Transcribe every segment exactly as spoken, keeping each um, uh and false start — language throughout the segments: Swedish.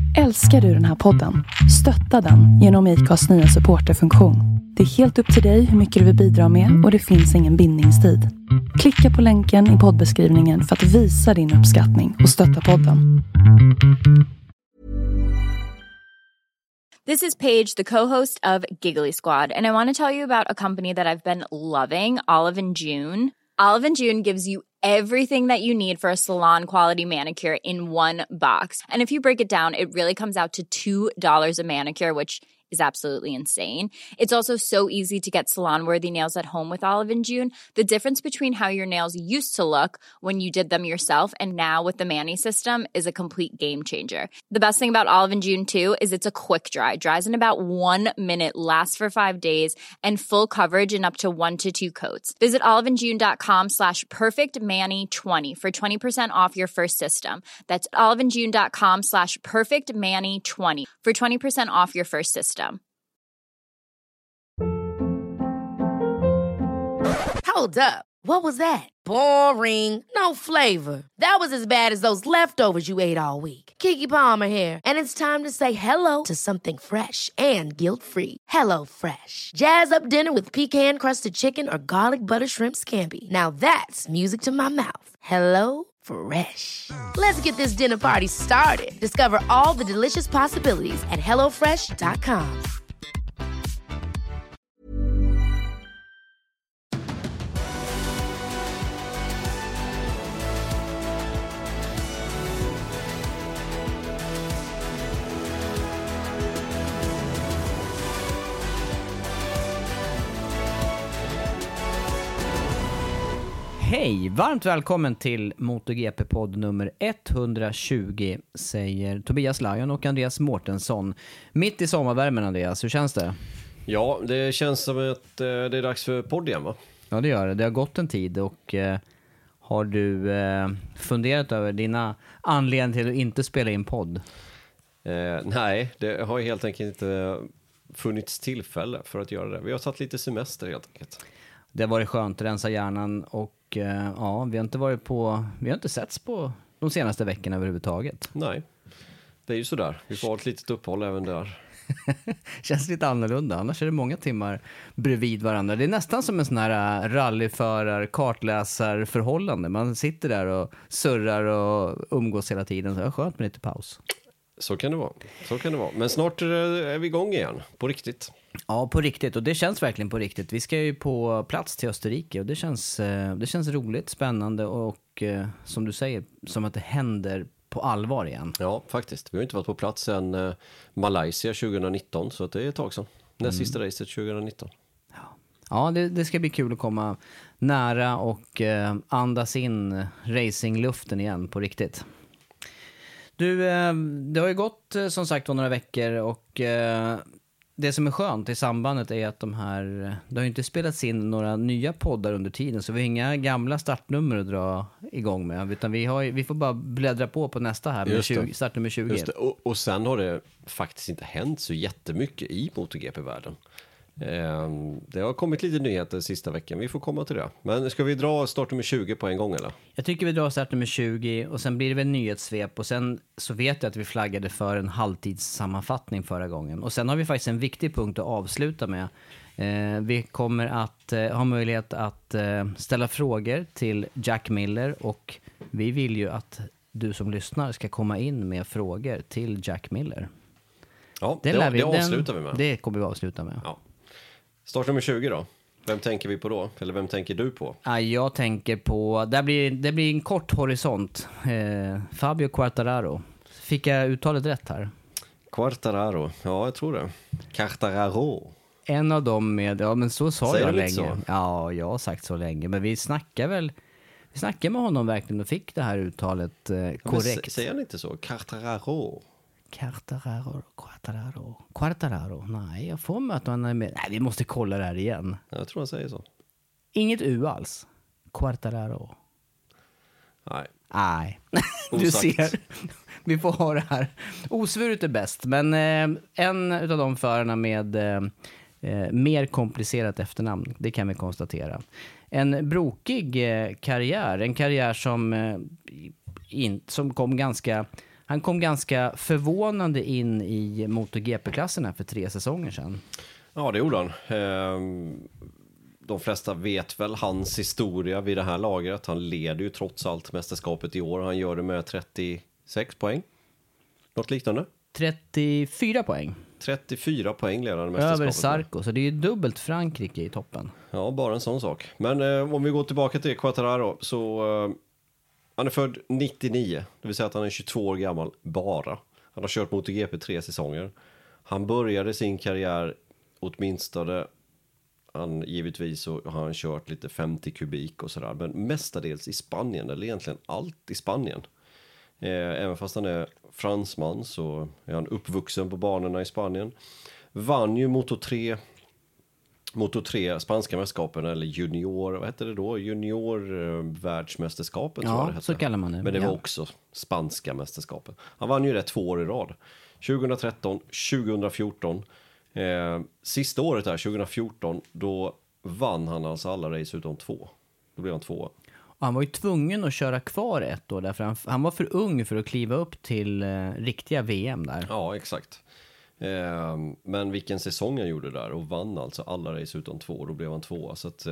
Älskar du den här podden? Stötta den genom I C A:s nya supporterfunktion. Det är helt upp till dig hur mycket du vill bidra med och det finns ingen bindningstid. Klicka på länken i poddbeskrivningen för att visa din uppskattning och stötta podden. This is Paige, the co-host of Giggly Squad, and I want to tell you about a company that I've been loving, Olive and June. Olive and June gives you everything that you need for a salon-quality manicure in one box. And if you break it down, it really comes out to two dollars a manicure, which is absolutely insane. It's also so easy to get salon-worthy nails at home with Olive and June. The difference between how your nails used to look when you did them yourself and now with the Mani system is a complete game changer. The best thing about Olive and June too is it's a quick dry. Dries in about one minute, lasts for five days, and full coverage in up to one to two coats. Visit oliveandjune.com slash perfectmani20 for twenty percent off your first system. That's oliveandjune.com slash perfectmani20 for twenty percent off your first system. Hold up. What was that? Boring. No flavor. That was as bad as those leftovers you ate all week. Keke Palmer here, and it's time to say hello to something fresh and guilt-free. Hello Fresh. Jazz up dinner with pecan-crusted chicken or garlic butter shrimp scampi. Now that's music to my mouth. Hello Fresh. Let's get this dinner party started. Discover all the delicious possibilities at hello fresh dot com. Hej, varmt välkommen till MotoGP-podd nummer etthundratjugo, säger Tobias Lajon och Andreas Mårtensson. Mitt i sommarvärmen, Andreas, hur känns det? Ja, det känns som att det är dags för podd igen, va? Ja, det gör det. Det har gått en tid och eh, har du eh, funderat över dina anledningar till att inte spela in podd? Eh, nej, det har helt enkelt inte funnits tillfälle för att göra det. Vi har tagit lite semester helt enkelt. Det har varit skönt att rensa hjärnan och eh, ja, vi har inte varit på, vi har inte setts på de senaste veckorna överhuvudtaget. Nej, det är ju sådär. Vi får ha ett litet uppehåll även där. Känns lite annorlunda, annars är det många timmar bredvid varandra. Det är nästan som en sån här rallyförar, kartläsar förhållande. Man sitter där och surrar och umgås hela tiden, så det är skönt med lite paus. Så kan det vara, så kan det vara. Men snart är vi igång igen, på riktigt. Ja, på riktigt. Och det känns verkligen på riktigt. Vi ska ju på plats till Österrike och det känns, det känns roligt, spännande och som du säger, som att det händer på allvar igen. Ja, faktiskt. Vi har inte varit på plats sedan Malaysia tjugonitton, så att det är ett tag sedan. Näst mm. sista racet tjugonitton. Ja, ja det, det ska bli kul att komma nära och eh, andas in racingluften igen på riktigt. Du, eh, det har ju gått eh, som sagt några veckor och eh, det som är skönt i sambandet är att de här, det har ju inte spelats in några nya poddar under tiden, så vi har inga gamla startnummer att dra igång med, utan vi, har, vi får bara bläddra på på nästa här med tjugo, startnummer tjugo. Just det. Och, och sen har det faktiskt inte hänt så jättemycket i MotoGP-världen. Um, det har kommit lite nyheter sista veckan, vi får komma till det. Men ska vi dra startnummer tjugo på en gång eller? Jag tycker vi drar startnummer tjugo och sen blir det väl nyhetssvep och sen så vet jag att vi flaggade för en halvtidssammanfattning förra gången. Och sen har vi faktiskt en viktig punkt att avsluta med. Eh, vi kommer att eh, ha möjlighet att eh, ställa frågor till Jack Miller och vi vill ju att du som lyssnar ska komma in med frågor till Jack Miller. Ja, det, det, vi, det avslutar den, vi med. Det kommer vi avsluta med. Ja. Startnummer tjugo då? Vem tänker vi på då? Eller vem tänker du på? Ja, jag tänker på, det blir, det blir en kort horisont. Eh, Fabio Quartararo. Fick jag uttalet rätt här? Quartararo, ja jag tror det. Quartararo. En av dem med, ja men så sa Säger jag länge. Så? Ja, jag har sagt så länge. Men vi snackar väl, vi snackar med honom verkligen och fick det här uttalet eh, korrekt. Ja, säger han inte så? Quartararo. Quartararo, Quartararo, Quartararo. Nej, jag får möta honom med. Nej, vi måste kolla det här igen. Jag tror han säger så. Inget U alls. Quartararo. Nej. Nej. Du ser. Vi får ha det här. Osvuret är bäst, men eh, en av de förarna med eh, mer komplicerat efternamn, det kan vi konstatera. En brokig eh, karriär, en karriär som eh, in, som kom ganska Han kom ganska förvånande in i MotoGP-klassen här för tre säsonger sedan. Ja, det gjorde han. Ehm, de flesta vet väl hans historia vid det här lagret. Han leder ju trots allt mästerskapet i år. Han gör det med trettiosex poäng. Något liknande. trettiofyra poäng. trettiofyra poäng leder han mästerskapet. Över Sarko, så det är ju dubbelt Frankrike i toppen. Ja, bara en sån sak. Men eh, om vi går tillbaka till Quartararo så eh, han är född nittionio, det vill säga att han är tjugotvå år gammal bara. Han har kört MotoGP tre säsonger. Han började sin karriär åtminstone, han givetvis så har han kört lite femtio kubik och sådär, men mestadels i Spanien, eller egentligen allt i Spanien. Eh, även fast han är fransman så är han uppvuxen på banorna i Spanien. Vann ju Moto tre Moto tre spanska mästerskapen, eller junior, vad heter det då? Junior eh, världsmästerskapet. Ja, det hette. så kallar man det. Men det var Ja. också spanska mästerskapen. Han vann ju det två år i rad. tjugohundratretton, tjugohundrafjorton. Eh, sista året där, tjugohundrafjorton, då vann han alltså alla race utom två. Då blev han två. Och han var ju tvungen att köra kvar ett år därför han, han var för ung för att kliva upp till eh, riktiga V M där. Ja, exakt. Eh, men vilken säsong han gjorde där och vann alltså alla race utom två. Då blev han tvåa. Så att, eh,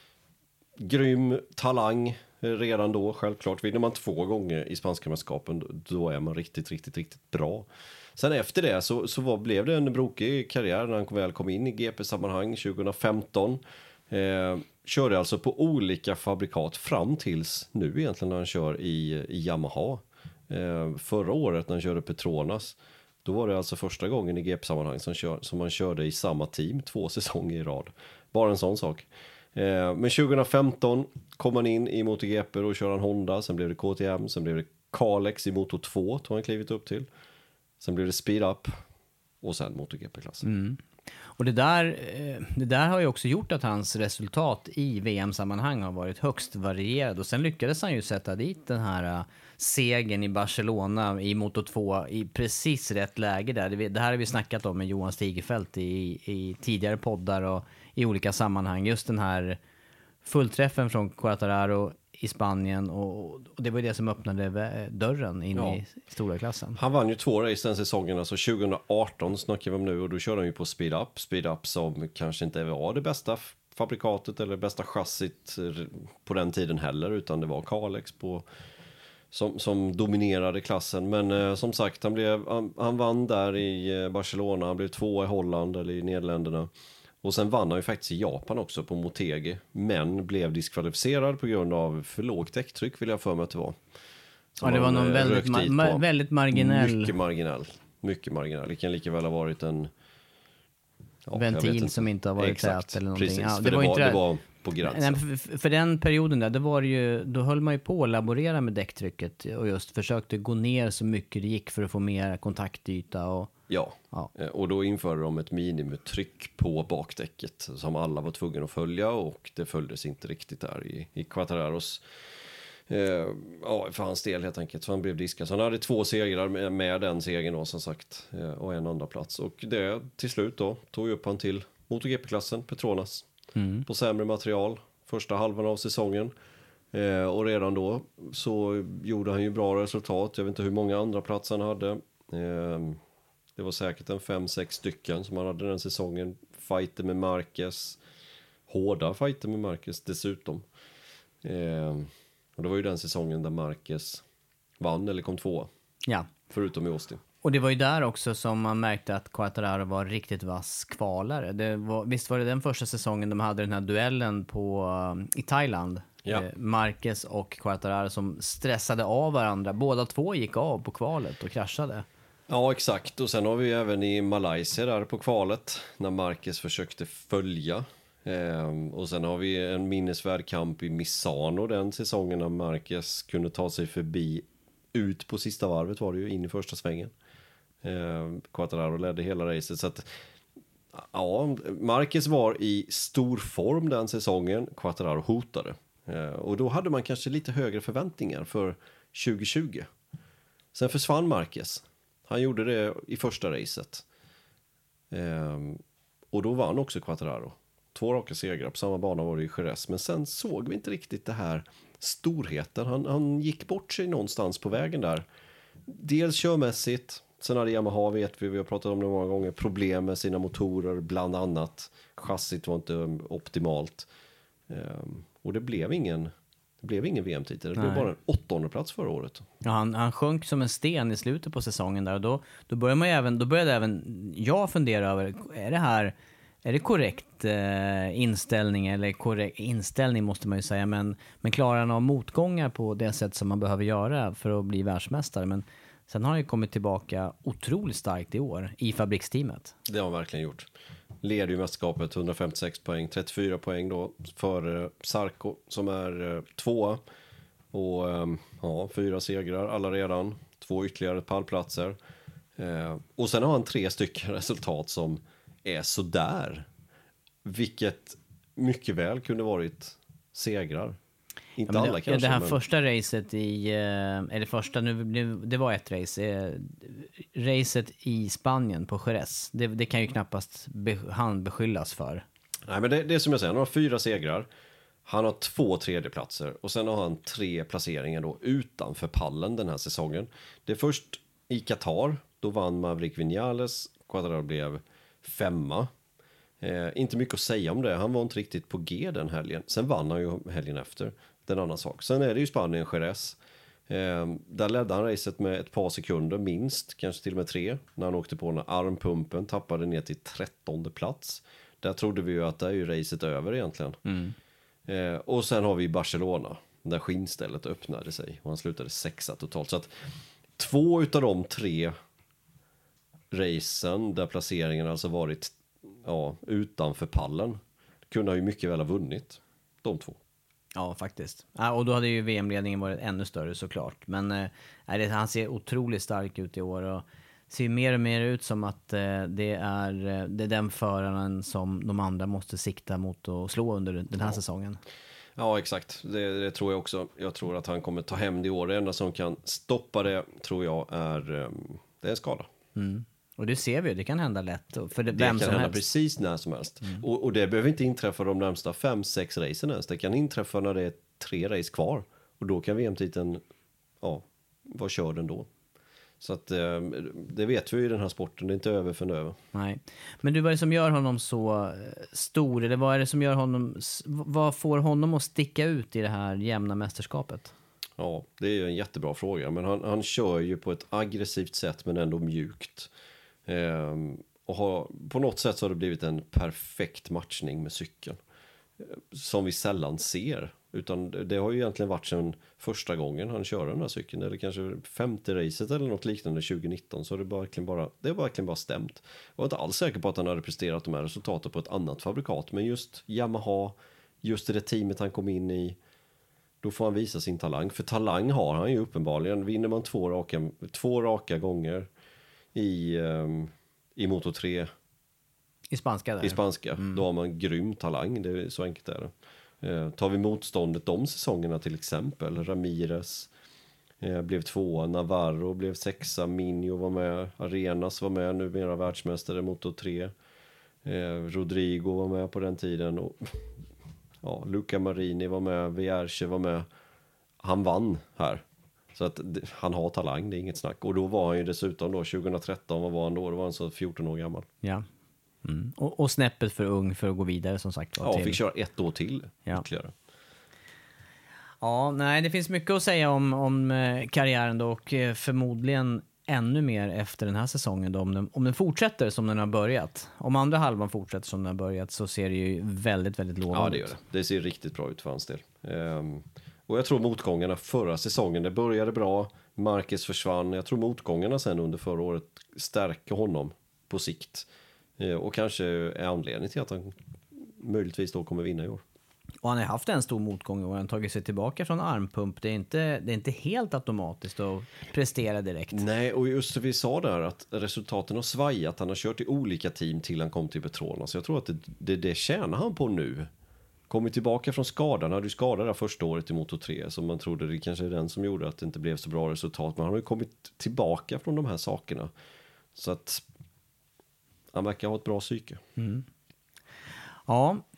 grym talang eh, redan då, självklart. Vinner man två gånger i spanska mästerskapen, då, då är man riktigt, riktigt, riktigt bra. Sen efter det så, så var, blev det en brokig karriär när han väl kom in i G P-sammanhang tjugohundrafemton. Eh, körde alltså på olika fabrikat fram tills nu egentligen när han kör i, i Yamaha. Eh, förra året när han körde Petronas, då var det alltså första gången i G P-sammanhang som, kör, som han körde i samma team två säsonger i rad. Bara en sån sak. Eh, men tjugohundrafemton kom han in i MotoGP och körde en Honda, sen blev det K T M, sen blev det Kalex i Moto två, tog han klivit upp till. Sen blev det Speed Up och sen MotoGP-klassen. Mm. Och det där, det där har ju också gjort att hans resultat i V M-sammanhang har varit högst varierad. Och sen lyckades han ju sätta dit den här uh, segern i Barcelona i Moto två i precis rätt läge där. Det, det här har vi snackat om med Johan Stigefelt i, i tidigare poddar och i olika sammanhang. Just den här fullträffen från Quartararo i Spanien och, och det var det som öppnade dörren in Ja. i stora klassen. Han vann ju två race den säsongen, alltså tjugohundraarton snackar vi om nu, och då körde han ju på Speed Up. Speed Up som kanske inte var det bästa fabrikatet eller bästa chassit på den tiden heller, utan det var Kalex på, som, som dominerade klassen. Men eh, som sagt, han, blev, han, han vann där i Barcelona, han blev två i Holland eller i Nederländerna. Och sen vann han ju faktiskt i Japan också på Motegi, men blev diskvalificerad på grund av för lågt däcktryck, vill jag för mig att det var. Ja, det var någon väldigt, ma- ma- väldigt marginell... Mycket marginell. Mycket marginell. Det kan lika väl ha varit en... Ja, ventil som inte har varit exakt, tät eller någonting. Precis, Ja, det, det, det, var var, inte det var på gränsen. Nej, för, för den perioden där, det var ju, då höll man ju på att laborera med däcktrycket och just försökte gå ner så mycket det gick för att få mer kontaktyta. Och, ja. ja, Och då införde de ett minimutryck på bakdäcket som alla var tvungna att följa, och det följdes inte riktigt där i, i Quartararos. Uh, ja, för hans del helt enkelt. Så han blev diskad. Så han hade två segrar med, med den segern då, som sagt. Uh, och en andra plats. Och det till slut då tog upp han till MotoGP-klassen, Petronas. Mm. På sämre material. Första halvan av säsongen. Uh, och redan då så gjorde han ju bra resultat. Jag vet inte hur många andra platser han hade. Uh, det var säkert en fem, sex stycken som han hade den säsongen. Fighter med Marquez. Hårda fighter med Marquez dessutom. Uh, Och det var ju den säsongen där Marquez vann eller kom två. ja. Förutom i Austin. Och det var ju där också som man märkte att Quartararo var riktigt vass kvalare. Det var, visst var det den första säsongen de hade den här duellen på, i Thailand. Ja. Eh, Marquez och Quartararo som stressade av varandra. Båda två gick av på kvalet och kraschade. Ja, exakt. Och sen har vi även i Malaysia där på kvalet. När Marquez försökte följa. Ehm, och sen har vi en minnesvärd kamp i Misano den säsongen när Marquez kunde ta sig förbi ut på sista varvet, var det ju, in i första svängen. Ehm, Quartararo ledde hela racet, så att ja, Marquez var i stor form den säsongen. Quartararo hotade. Ehm, och då hade man kanske lite högre förväntningar för tjugo tjugo. Sen försvann Marquez. Han gjorde det i första racet. Ehm, och då vann också Quartararo. Två raka segrar på samma bana var det i Jerez. Men sen såg vi inte riktigt det här storheten. Han, han gick bort sig någonstans på vägen där. dels körmässigt. Sen hade Yamaha, vet vi, vi har pratat om det många gånger, problem med sina motorer bland annat. Chassit var inte optimalt. Um, och det blev ingen, det blev ingen V M-titel. Det Nej. blev bara en åttonde plats förra året. Ja, han, han sjönk som en sten i slutet på säsongen där. Och då, då, började man ju även, då började även jag fundera över, är det här är det korrekt eh, inställning, eller korrekt inställning måste man ju säga, men, men klarar han av motgångar på det sätt som man behöver göra för att bli världsmästare. Men sen har han ju kommit tillbaka otroligt starkt i år i fabriksteamet. Det har han verkligen gjort. Leder ju mästerskapet, hundrafemtiosex poäng, trettiofyra poäng då för Sarko som är eh, tvåa. Och eh, ja, fyra segrar alla redan, två ytterligare pallplatser. Eh, och sen har han tre stycken resultat som är sådär. Vilket mycket väl kunde varit segrar. Inte Ja, alla det, kanske. det här men... första racet i, eh, eller första, nu, nu, det var ett race, eh, racet i Spanien på Jerez. Det, det kan ju knappast be, han beskyllas för. Nej, men det, det är som jag säger, han har fyra segrar. Han har två tredjeplatser och sen har han tre placeringar då utanför pallen den här säsongen. Det är först i Qatar, då vann Maverick Vinales, Quadraro blev femma. Eh, inte mycket att säga om det, han var inte riktigt på G den helgen. Sen vann han ju helgen efter, den annan sak. Sen är det ju Spanien, Jerez. Eh, där ledde han racet med ett par sekunder, minst, kanske till och med tre, när han åkte på den armpumpen, tappade ner till trettonde plats. Där trodde vi ju att det är ju racet över egentligen. Mm. Eh, och sen har vi Barcelona, där skinnstället öppnade sig och han slutade sexa totalt. Så att två utav de tre racen där placeringen alltså varit ja, utanför pallen kunde ha ju mycket väl ha vunnit de två. Ja, faktiskt. Ja, och då hade ju V M-ledningen varit ännu större såklart. Men eh, det, han ser otroligt stark ut i år och ser mer och mer ut som att eh, det, är, det är den föraren som de andra måste sikta mot och slå under den här ja. säsongen. Ja, exakt. Det, det tror jag också. Jag tror att han kommer ta hem det i år. Det enda som kan stoppa det tror jag är, det är en skada. Mm. Och det ser vi, det kan hända lätt. För det, det vem kan som hända helst. precis när som helst. Mm. Och, och det behöver inte inträffa de närmsta fem, sex racen ens. Det kan inträffa när det är tre race kvar. Och då kan V M-titeln, ja, vara körd ändå. Så att det vet vi ju i den här sporten, det är inte över för över. Nej. Men du, vad är det som gör honom så stor? Eller vad är det som gör honom, vad får honom att sticka ut i det här jämna mästerskapet? Ja, det är ju en jättebra fråga. Men han, han kör ju på ett aggressivt sätt men ändå mjukt. Ehm, och har, på något sätt så har det blivit en perfekt matchning med cykeln. Som vi sällan ser. Utan det har ju egentligen varit sedan första gången han kör den här cykeln. Eller kanske femte racet eller något liknande tjugonitton. Så det är verkligen bara, det är verkligen bara stämt. Jag var inte alls säker på att han hade presterat de här resultaten på ett annat fabrikat. Men just Yamaha, just det teamet han kom in i. Då får han visa sin talang. För talang har han ju uppenbarligen. Vinner man två raka, två raka gånger i, um, i Moto tre. I spanska där. I spanska. Mm. Då har man grym talang. Det är så enkelt är det. Eh, tar vi motståndet de säsongerna till exempel. Ramirez eh, blev tvåa. Navarro blev sexa. Minho var med. Arenas var med. Numera världsmästare Moto tre. Eh, Rodrigo var med på den tiden. Och, ja, Luca Marini var med. Vierge var med. Han vann här. Så att han har talang, det är inget snack. Och då var han ju dessutom då, tjugohundratretton, vad var han då? Då var han så fjorton år gammal. Ja. Mm. Och, och snäppet för ung för att gå vidare som sagt. Ja, till. fick köra ett år till ja. ytterligare. Ja, nej, det finns mycket att säga om, om karriären då och förmodligen ännu mer efter den här säsongen då, om den, om den fortsätter som den har börjat. Om andra halvan fortsätter som den har börjat så ser det ju väldigt, väldigt lovande ut. Ja, det gör det. Det ser riktigt bra ut för hans del. Um, och jag tror motgångarna förra säsongen, det började bra. Marquez försvann. Jag tror motgångarna sen under förra året stärker honom på sikt. Uh, och kanske är anledning till att han möjligtvis då kommer vinna i år. Och han har haft en stor motgång och han har tagit sig tillbaka från armpump. Det är inte, det är inte helt automatiskt att prestera direkt. Nej, och just det vi sa där att resultaten har svajat. Han har kört i olika team till han kom till Petronas. Så jag tror att det, det, det tjänar han på nu. Kommit tillbaka från skadan. Han hade ju skadat där första året i Moto tre. Så man trodde det kanske är den som gjorde att det inte blev så bra resultat. Men han har ju kommit tillbaka från de här sakerna. Så att han verkar ha ett bra psyke. Mm. Ja,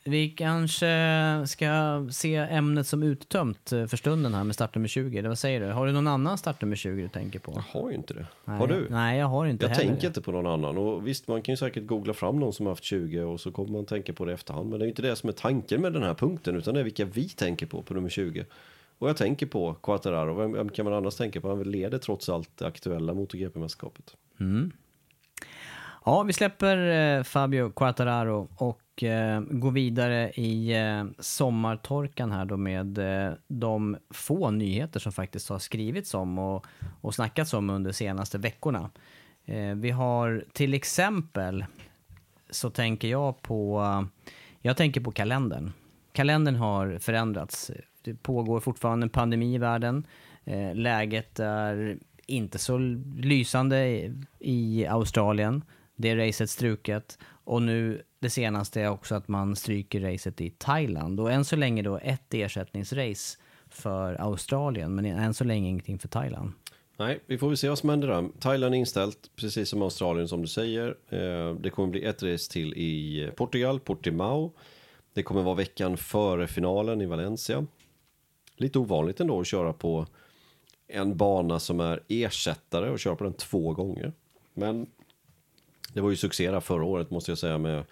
Vi kanske ska se ämnet som uttömt för stunden här med startnummer tjugo. Eller vad säger du? Har du någon annan startnummer tjugo du tänker på? Jag har ju inte det. Nej, har du? Nej, jag har inte Jag heller. tänker det. inte på någon annan. Och visst, man kan ju säkert googla fram någon som har haft tjugo och så kommer man tänka på det i efterhand. Men det är ju inte det som är tanken med den här punkten, utan det är vilka vi tänker på på nummer tjugo. Och jag tänker på Quartararo. Vem, vem kan man annars tänka på? Han leder trots allt det aktuella MotoGP-mästerskapet. Mm. Ja, vi släpper eh, Fabio Quartararo och eh, går vidare i eh, sommartorkan här då med eh, de få nyheter som faktiskt har skrivits om och, och snackats om under de senaste veckorna. Eh, vi har till exempel, så tänker jag på, jag tänker på kalendern. Kalendern har förändrats. Det pågår fortfarande en pandemi i världen. Eh, läget är inte så lysande i, i Australien. Det är racet struket. Och nu det senaste är också att man stryker racet i Thailand. Och än så länge då ett ersättningsrace för Australien. Men än så länge ingenting för Thailand. Nej, vi får väl se vad som händer där. Thailand är inställt, precis som Australien som du säger. Eh, det kommer bli ett race till i Portugal, Portimao. Det kommer vara veckan före finalen i Valencia. Lite ovanligt ändå att köra på en bana som är ersättare och köra på den två gånger. Men det var ju succé där förra året måste jag säga med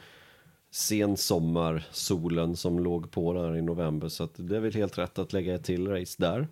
sensommarsolen som låg på där i november. Så att det är väl helt rätt att lägga ett till race där.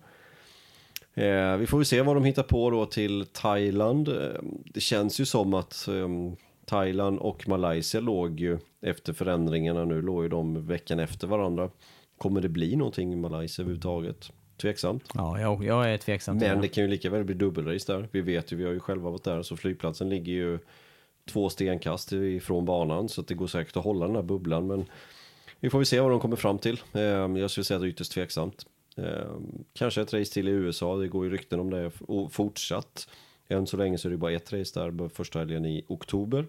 Eh, vi får väl se vad de hittar på då till Thailand. Eh, det känns ju som att eh, Thailand och Malaysia låg ju efter förändringarna nu, låg ju de veckan efter varandra. Kommer det bli någonting i Malaysia överhuvudtaget? Tveksamt. Ja, jag, jag är tveksam till Men det. det kan ju lika väl bli dubbelrace där. Vi vet ju, vi har ju själva varit där, så flygplatsen ligger ju två stenkast ifrån banan, så att det går säkert att hålla den här bubblan. Men vi får väl se vad de kommer fram till. Eh, jag skulle säga att det är ytterst tveksamt. Eh, kanske ett race till i U S A, det går ju rykten om det och fortsatt. Än så länge så är det bara ett race där första helgen i oktober.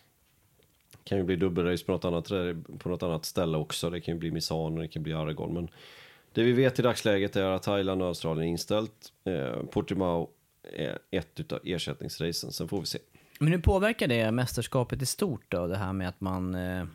Kan ju bli dubbelrace på något annat, på något annat ställe också. Det kan ju bli Misano, det kan bli Aragon. Men det vi vet i dagsläget är att Thailand och Australien är inställt. Eh, Portimao är ett utav ersättningsracen, sen får vi se. Men hur påverkar det mästerskapet i stort då? Det här med att man... Eh,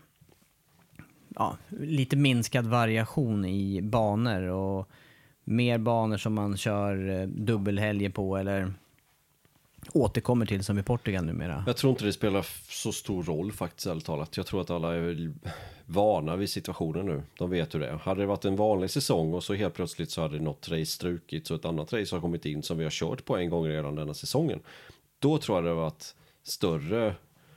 ja, lite minskad variation i banor och mer banor som man kör eh, dubbelhelger på eller återkommer till som i Portugal numera. Jag tror inte det spelar så stor roll faktiskt, ärligt talat. Jag tror att alla är vana vid situationen nu. De vet hur det är. Hade det varit en vanlig säsong och så helt plötsligt så hade något race strukit så ett annat race har kommit in som vi har kört på en gång redan denna säsongen. Då tror jag det har varit större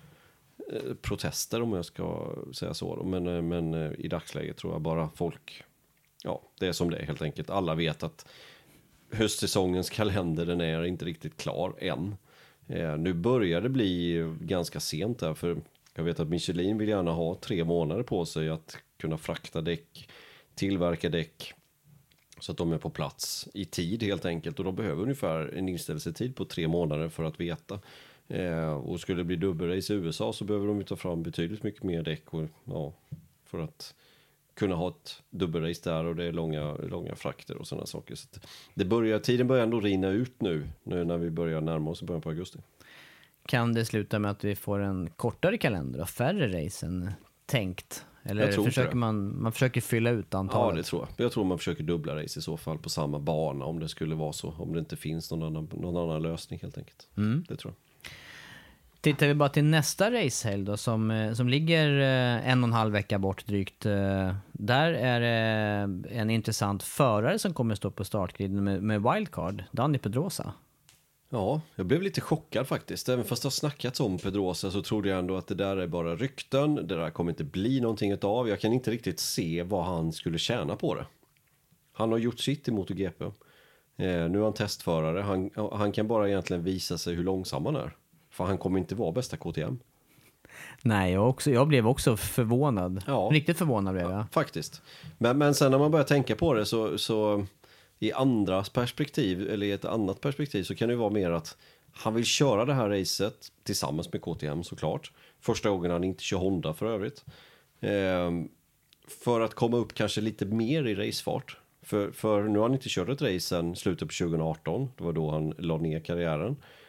protester om jag ska säga så. Men, men i dagsläget tror jag bara folk, ja, det är som det är helt enkelt. Alla vet att höstsäsongens kalender, den är inte riktigt klar än. Eh, nu börjar det bli ganska sent där, för jag vet att Michelin vill gärna ha tre månader på sig att kunna frakta däck, tillverka däck så att de är på plats i tid helt enkelt, och de behöver ungefär en inställelsetid på tre månader för att veta. Eh, och skulle det bli dubbelrace i U S A så behöver de ju ta fram betydligt mycket mer däck och, ja, för att kunna ha ett dubbelrace där, och det är långa, långa frakter och sådana saker. Så det börjar, tiden börjar ändå rinna ut nu, nu när vi börjar närma oss början på augusti. Kan det sluta med att vi får en kortare kalender och färre race än tänkt? Eller Jag tror försöker man, man försöker fylla ut antalet? Ja, det tror jag. Jag tror man försöker dubbla race i så fall på samma bana, om det skulle vara så. Om det inte finns någon annan, någon annan lösning helt enkelt. Mm. Det tror jag. Tittar vi bara till nästa racehelg då, som, som ligger en och en halv vecka bort drygt. Där är det en intressant förare som kommer stå på startgriden med, med wildcard, Dani Pedrosa. Ja, jag blev lite chockad faktiskt. Även fast det har snackats om Pedrosa så trodde jag ändå att det där är bara rykten. Det där kommer inte bli någonting av. Jag kan inte riktigt se vad han skulle tjäna på det. Han har gjort sitt i MotoGP. Eh, nu är han testförare. Han, han kan bara egentligen visa sig hur långsam han är. För han kommer inte vara bästa K T M. Nej, jag, också, jag blev också förvånad. Ja. Riktigt förvånad blev jag. Ja, faktiskt. Men, men sen när man börjar tänka på det så, så i andras perspektiv, eller i ett annat perspektiv, så kan det vara mer att han vill köra det här racet tillsammans med K T M såklart. Första gången han inte kör Honda för övrigt. Ehm, för att komma upp kanske lite mer i racefart. För, för nu har han inte kört ett race sedan slutet på tjugo arton. Det var då han la ner karriären.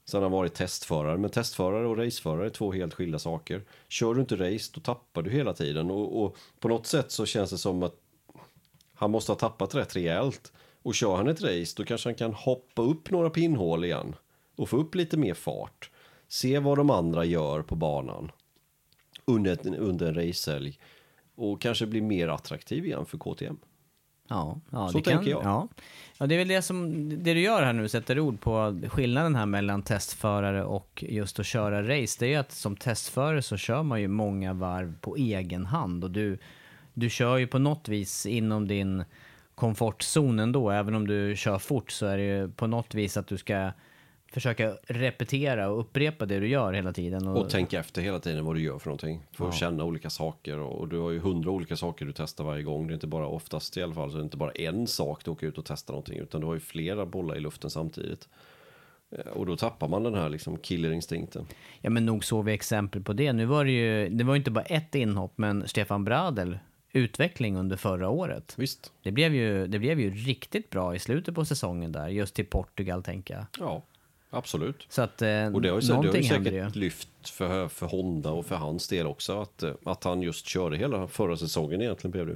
Sen har han varit testförare. Men testförare och raceförare är två helt skilda saker. Kör du inte race, då tappar du hela tiden. Och, och på något sätt så känns det som att han måste ha tappat rätt rejält. Och kör han ett race, då kanske han kan hoppa upp några pinnhål igen. Och få upp lite mer fart. Se vad de andra gör på banan. Under, under en racehelg. Och kanske bli mer attraktiv igen för K T M. Ja, ja, så det tänker kan, jag. Ja. ja, det är väl det som det du gör här nu, sätter ord på skillnaden här mellan testförare och just att köra race. Det är ju att som testförare så kör man ju många varv på egen hand. Och du, du kör ju på något vis inom din komfortzon ändå. Även om du kör fort så är det ju på något vis att du ska försöka repetera och upprepa det du gör hela tiden. Och, och tänka efter hela tiden vad du gör för någonting. För att ja. känna olika saker. Och, och du har ju hundra olika saker du testar varje gång. Det är inte bara, oftast i alla fall, så är det inte bara en sak du åker ut och testar någonting. Utan du har ju flera bollar i luften samtidigt. Och då tappar man den här liksom killerinstinkten. Ja, men nog såg vi exempel på det. Nu var det ju, det var ju inte bara ett inhopp, men Stefan Bradl, utveckling under förra året. Visst. Det blev ju, det blev ju riktigt bra i slutet på säsongen där, just till Portugal tänker jag. Ja, absolut. Så att eh, Och det har ju, det har ju säkert ju. lyft för, för Honda och för hans del också. Att, att han just körde hela förra säsongen egentligen blev det.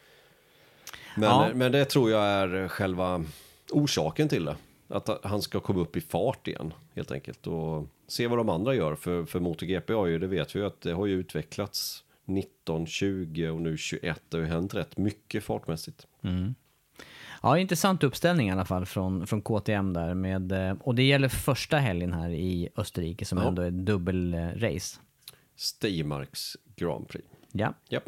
Men, Ja. men det tror jag är själva orsaken till det. Att han ska komma upp i fart igen, helt enkelt. Och se vad de andra gör. För, för MotoGP har ju, det vet vi ju, att det har ju utvecklats nitton, tjugo och nu tjugoett. Det har ju hänt rätt mycket fartmässigt. Mm. Ja, intressant uppställning i alla fall från, från K T M där. Med, och det gäller första helgen här i Österrike som ja. ändå är dubbelrace. Steiermarks Grand Prix. Ja. Japp.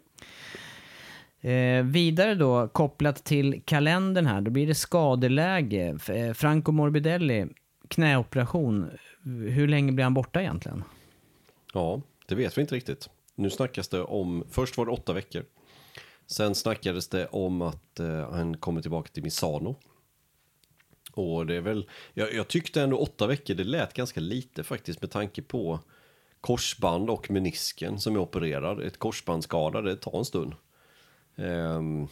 Eh, vidare då, kopplat till kalendern här, då blir det skadeläge. Eh, Franco Morbidelli, knäoperation. Hur länge blir han borta egentligen? Ja, det vet vi inte riktigt. Nu snackas det om, först var det åtta veckor. Sen snackades det om att eh, han kommer tillbaka till Misano. Och det är väl, jag, jag tyckte ändå åtta veckor, det lät ganska lite faktiskt med tanke på korsband och menisken som är opererad. Ett korsbandsskada, det tar en stund. Ehm,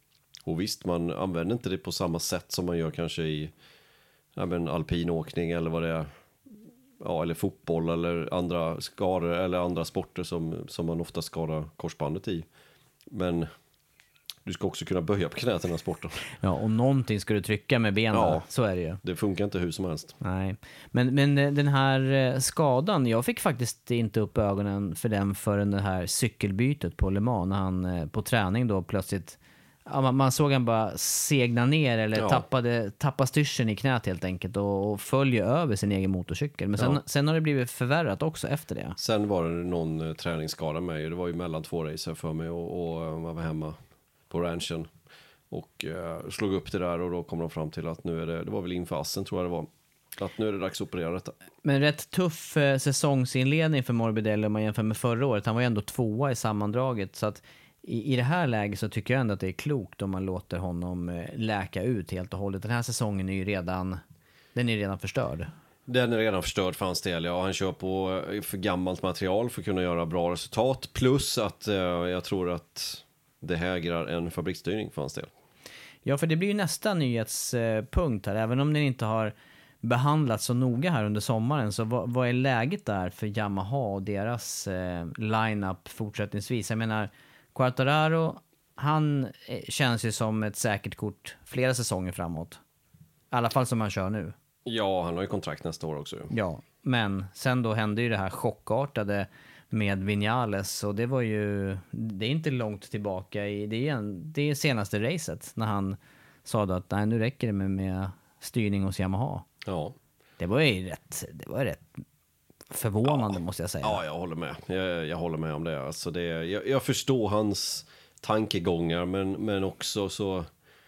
och visst, man använder inte det på samma sätt som man gör kanske i ja, men alpinåkning eller vad det är. Ja, eller fotboll eller andra skador eller andra sporter som, som man ofta skadar korsbandet i. Men du ska också kunna böja på knät i den här sporten. Ja, och någonting ska du trycka med benen, Ja. så är det ju. Det funkar inte hur som helst. Nej, men, men den här skadan, jag fick faktiskt inte upp ögonen för den förrän det här cykelbytet på Le Mans, när han på träning då plötsligt, ja, man, man såg han bara segna ner eller Ja. tappade, tappa styrseln i knät helt enkelt och, och följa över sin egen motorcykel. Men sen, Ja. sen har det blivit förvärrat också efter det. Sen var det någon eh, träningsskada med ju. Det var ju mellan två racer för mig och, och eh, man var hemma på ranchen och eh, slog upp det där och då kom de fram till att nu är det, det var väl inför assen tror jag det var, att nu är det dags att operera detta. Men rätt tuff eh, säsongsinledning för Morbidelli om man jämför med förra året. Han var ju ändå tvåa i sammandraget, så att i, i det här läget så tycker jag ändå att det är klokt om man låter honom eh, läka ut helt och hållet. Den här säsongen är ju redan, den är redan förstörd. Den är redan förstörd för hans del, ja. Han kör på eh, för gammalt material för att kunna göra bra resultat. Plus att eh, jag tror att det hägrar en fabriksstyrning för hans del. Ja, för det blir ju nästa nyhetspunkt här. Även om den inte har behandlats så noga här under sommaren, så vad, vad är läget där för Yamaha och deras eh, line-up fortsättningsvis? Jag menar, Quartararo, han eh, känns ju som ett säkert kort flera säsonger framåt. I alla fall som han kör nu. Ja, han har ju kontrakt nästa år också. Ja, men sen då hände ju det här chockartade med Vinales, och det var ju, det är inte långt tillbaka i, det är, en, det är senaste racet när han sa då att nej, nu räcker det med, med styrning hos Yamaha. Ja. Det var ju rätt, det var rätt förvånande, Ja. måste jag säga. Ja, jag håller med. Jag, jag håller med om det. Alltså det jag, jag förstår hans tankegångar, men, men också så...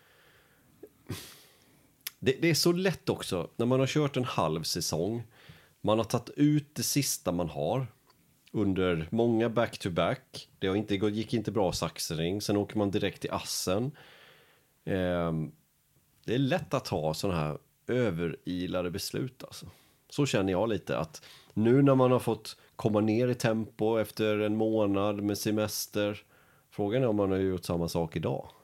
Det, det är så lätt också, när man har kört en halv säsong, man har tagit ut det sista man har under många back-to-back. Det har inte, gick inte bra saxring, sen åker man direkt till Assen. Eh, det är lätt att ta sådana här överilade beslut alltså. Så känner jag lite att nu när man har fått komma ner i tempo efter en månad med semester, frågan är om man har gjort samma sak idag.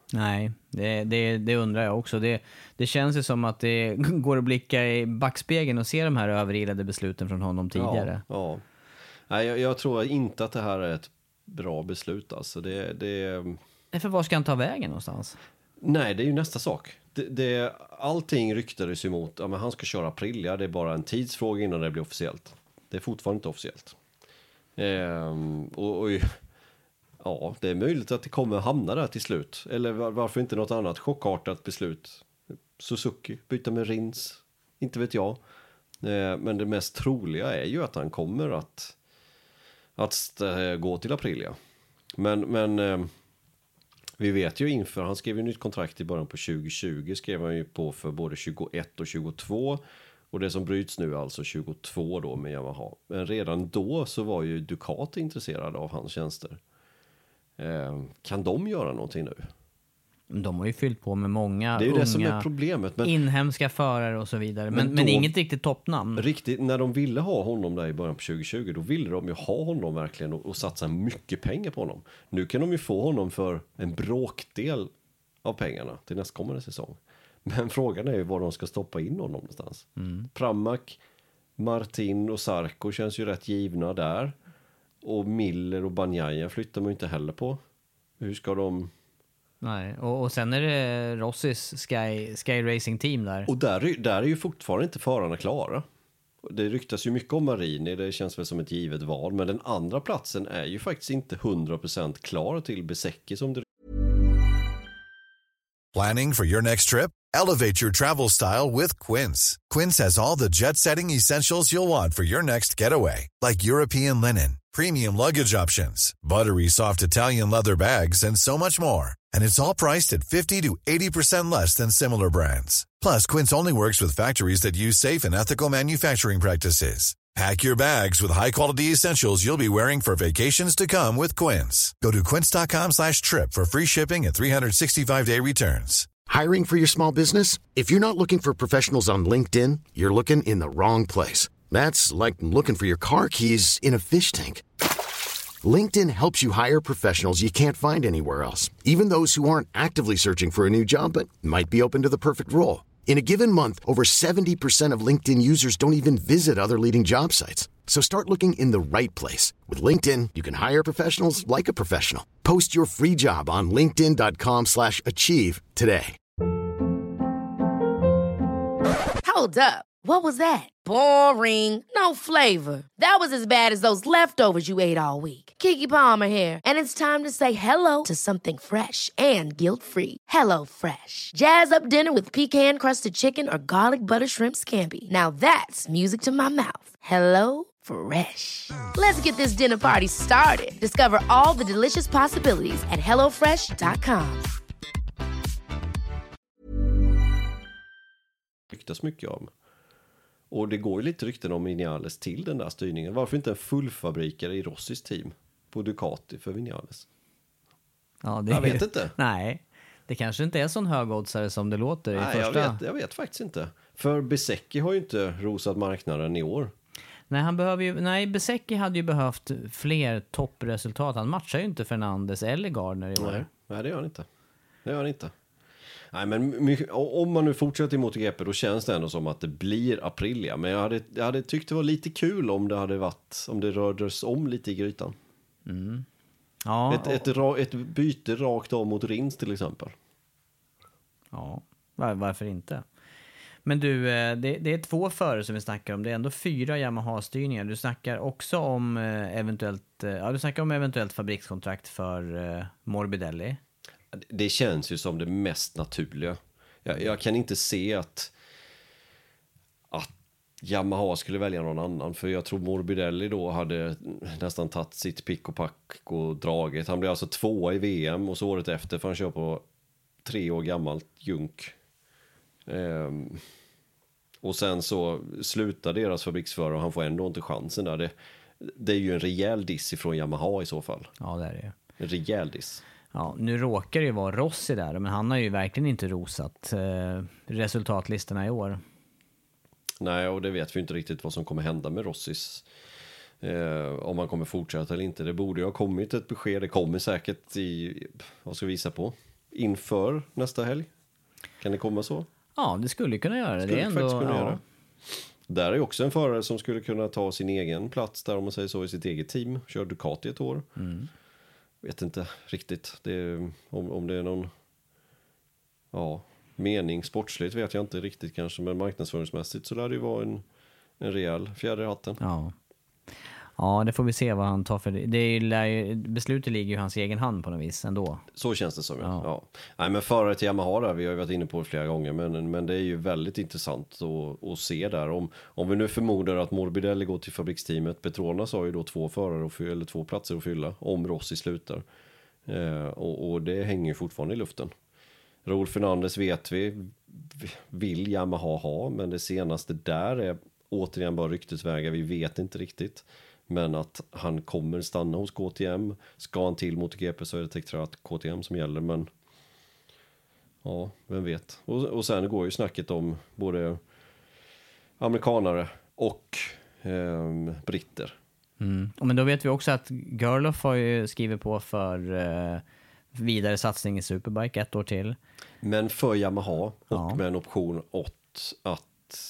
Nej, det, det, det undrar jag också. Det, det känns ju som att det går att blicka i backspegeln och se de här överilade besluten från honom tidigare. Ja, ja. Nej, jag, jag tror inte att det här är ett bra beslut. Alltså. Det, det... För var ska han ta vägen någonstans? Nej, det är ju nästa sak. Det, det, allting ryktades emot. Ja, men han ska köra Aprilia. Det är bara en tidsfråga innan det blir officiellt. Det är fortfarande inte officiellt. Ehm, och, och ja, det är möjligt att det kommer hamna där till slut. Eller var, varför inte något annat chockartat beslut? Suzuki, byta med Rins. Inte vet jag. Ehm, men det mest troliga är ju att han kommer att, att äh, gå till Aprilia. Men... men äh, vi vet ju inför, han skrev ju nytt kontrakt i början på tjugo tjugo, skrev han ju på för både tjugoett och tjugotvå, och det som bryts nu är alltså tjugotvå då med Yamaha. Men redan då så var ju Ducati intresserade av hans tjänster. Eh, kan de göra någonting nu? De har ju fyllt på med många det är ju unga, det som är problemet, men, inhemska förare och så vidare. Men, men, men då, inget riktigt toppnamn. Riktigt, när de ville ha honom där i början på tjugo tjugo, då ville de ju ha honom verkligen och, och satsa mycket pengar på honom. Nu kan de ju få honom för en bråkdel av pengarna till nästkommande säsong. Men frågan är ju var de ska stoppa in honom någonstans. Mm. Pramac, Martin och Sarko känns ju rätt givna där. Och Miller och Bagnaia flyttar man ju inte heller på. Hur ska de... Nej, och, och sen är det Rossis Sky, Sky Racing Team där. Och där, där är ju fortfarande inte förarna klara. Det ryktas ju mycket om Marini, det känns väl som ett givet val. Men den andra platsen är ju faktiskt inte hundra procent klar till Bezzecchi som det. Planning for your next trip? Elevate your travel style with Quince. Quince has all the jet-setting essentials you'll want for your next getaway. Like European linen, premium luggage options, buttery soft Italian leather bags, and so much more. And it's all priced at fifty to eighty percent less than similar brands. Plus, Quince only works with factories that use safe and ethical manufacturing practices. Pack your bags with high-quality essentials you'll be wearing for vacations to come with Quince. Go to quince.com slash trip for free shipping and three sixty-five day returns. Hiring for your small business? If you're not looking for professionals on LinkedIn, you're looking in the wrong place. That's like looking for your car keys in a fish tank. LinkedIn helps you hire professionals you can't find anywhere else, even those who aren't actively searching for a new job but might be open to the perfect role. In a given month, over seventy percent of LinkedIn users don't even visit other leading job sites. So start looking in the right place. With LinkedIn, you can hire professionals like a professional. Post your free job on linkedin.com slash achieve today. Hold up. What was that? Boring. No flavor. That was as bad as those leftovers you ate all week. Keke Palmer here, and it's time to say hello to something fresh and guilt-free. Hello Fresh. Jazz up dinner with pecan-crusted chicken or garlic butter shrimp scampi. Now that's music to my mouth. Hello Fresh. Let's get this dinner party started. Discover all the delicious possibilities at hello fresh dot com. Ryktas mycket om. Och det går ju lite rykten om Vinales till den där styrningen. Varför inte en fullfabrikare i Rossis team på Ducati för Vinales? Ja, det jag vet är... inte. Nej, det kanske inte är sån högoddsare som det låter i Nej, första. Jag vet, jag vet faktiskt inte. För Bezzecchi har ju inte rosat marknaden i år. Nej, han behöver ju, nej, Bezzecchi hade ju behövt fler toppresultat. Han matchar ju inte Fernandes eller Gardner i år. Nej, nej det gör han inte. Det gör han inte. Nej, men om man nu fortsätter i MotoGP då känns det ändå som att det blir Aprilia. Men jag hade, jag hade tyckt det var lite kul om det hade varit, om det rördes om lite i grytan. Mm. Ja, ett, ett, ett byte rakt av mot Rins till exempel. Ja, var, varför inte? Men du, det, det är två förare som vi snackar om. Det är ändå fyra Yamaha-styrningar. Du snackar också om eventuellt, ja, du snackar om eventuellt fabrikskontrakt för uh, Morbidelli. Det känns ju som det mest naturliga. Jag, jag kan inte se att att Yamaha skulle välja någon annan. För jag tror Morbidelli då hade nästan tagit sitt pick och pack och dragit. Han blev alltså tvåa i V M och så året efter för han kör på tre år gammalt junk. Um, och sen så slutar deras fabriksförare och han får ändå inte chansen där. Det, det är ju en rejäl diss ifrån Yamaha i så fall. Ja, det är det. En rejäl diss. Ja, nu råkar det ju vara Rossi där, men han har ju verkligen inte rosat eh, resultatlistorna i år. Nej, och det vet vi inte riktigt vad som kommer hända med Rossis. Eh, om han kommer fortsätta eller inte. Det borde ju ha kommit ett besked. Det kommer säkert i, vad ska vi visa på? inför nästa helg? Kan det komma så? Ja, det skulle kunna göra det. Skulle det är ändå, faktiskt kunna ja. göra. Där är också en förare som skulle kunna ta sin egen plats där, om man säger så, i sitt eget team. Kör Ducati ett år. Mm. Vet inte riktigt. Det är, om, om det är någon ja, mening sportsligt vet jag inte riktigt kanske. Men marknadsföringsmässigt så lär det ju vara en, en rejäl fjäder i hatten. Ja. Ja, det får vi se vad han tar för det. Det är ju, beslutet ligger ju i hans egen hand på något vis ändå. Så känns det som, ja. Ja. ja. Nej, men förare till Yamaha där, vi har ju varit inne på det flera gånger, men, men det är ju väldigt intressant att, att se där. Om, om vi nu förmodar att Morbidelli går till fabriksteamet, Petronas har ju då två förare, och, eller två platser att fylla, om Rossi slutar. Eh, och, och det hänger ju fortfarande i luften. Raúl Fernandez vet vi, vill Yamaha ha, men det senaste där är återigen bara ryktesvägar, vi vet inte riktigt. Men att han kommer stanna hos K T M. Ska han till MotoGP så är det Tektrat K T M som gäller. Men ja, vem vet. Och, och sen går ju snacket om både amerikanare och eh, britter. Mm. Men då vet vi också att Gerloff har ju skrivit på för eh, vidare satsning i Superbike ett år till. Men för Yamaha och Ja. med en option åt att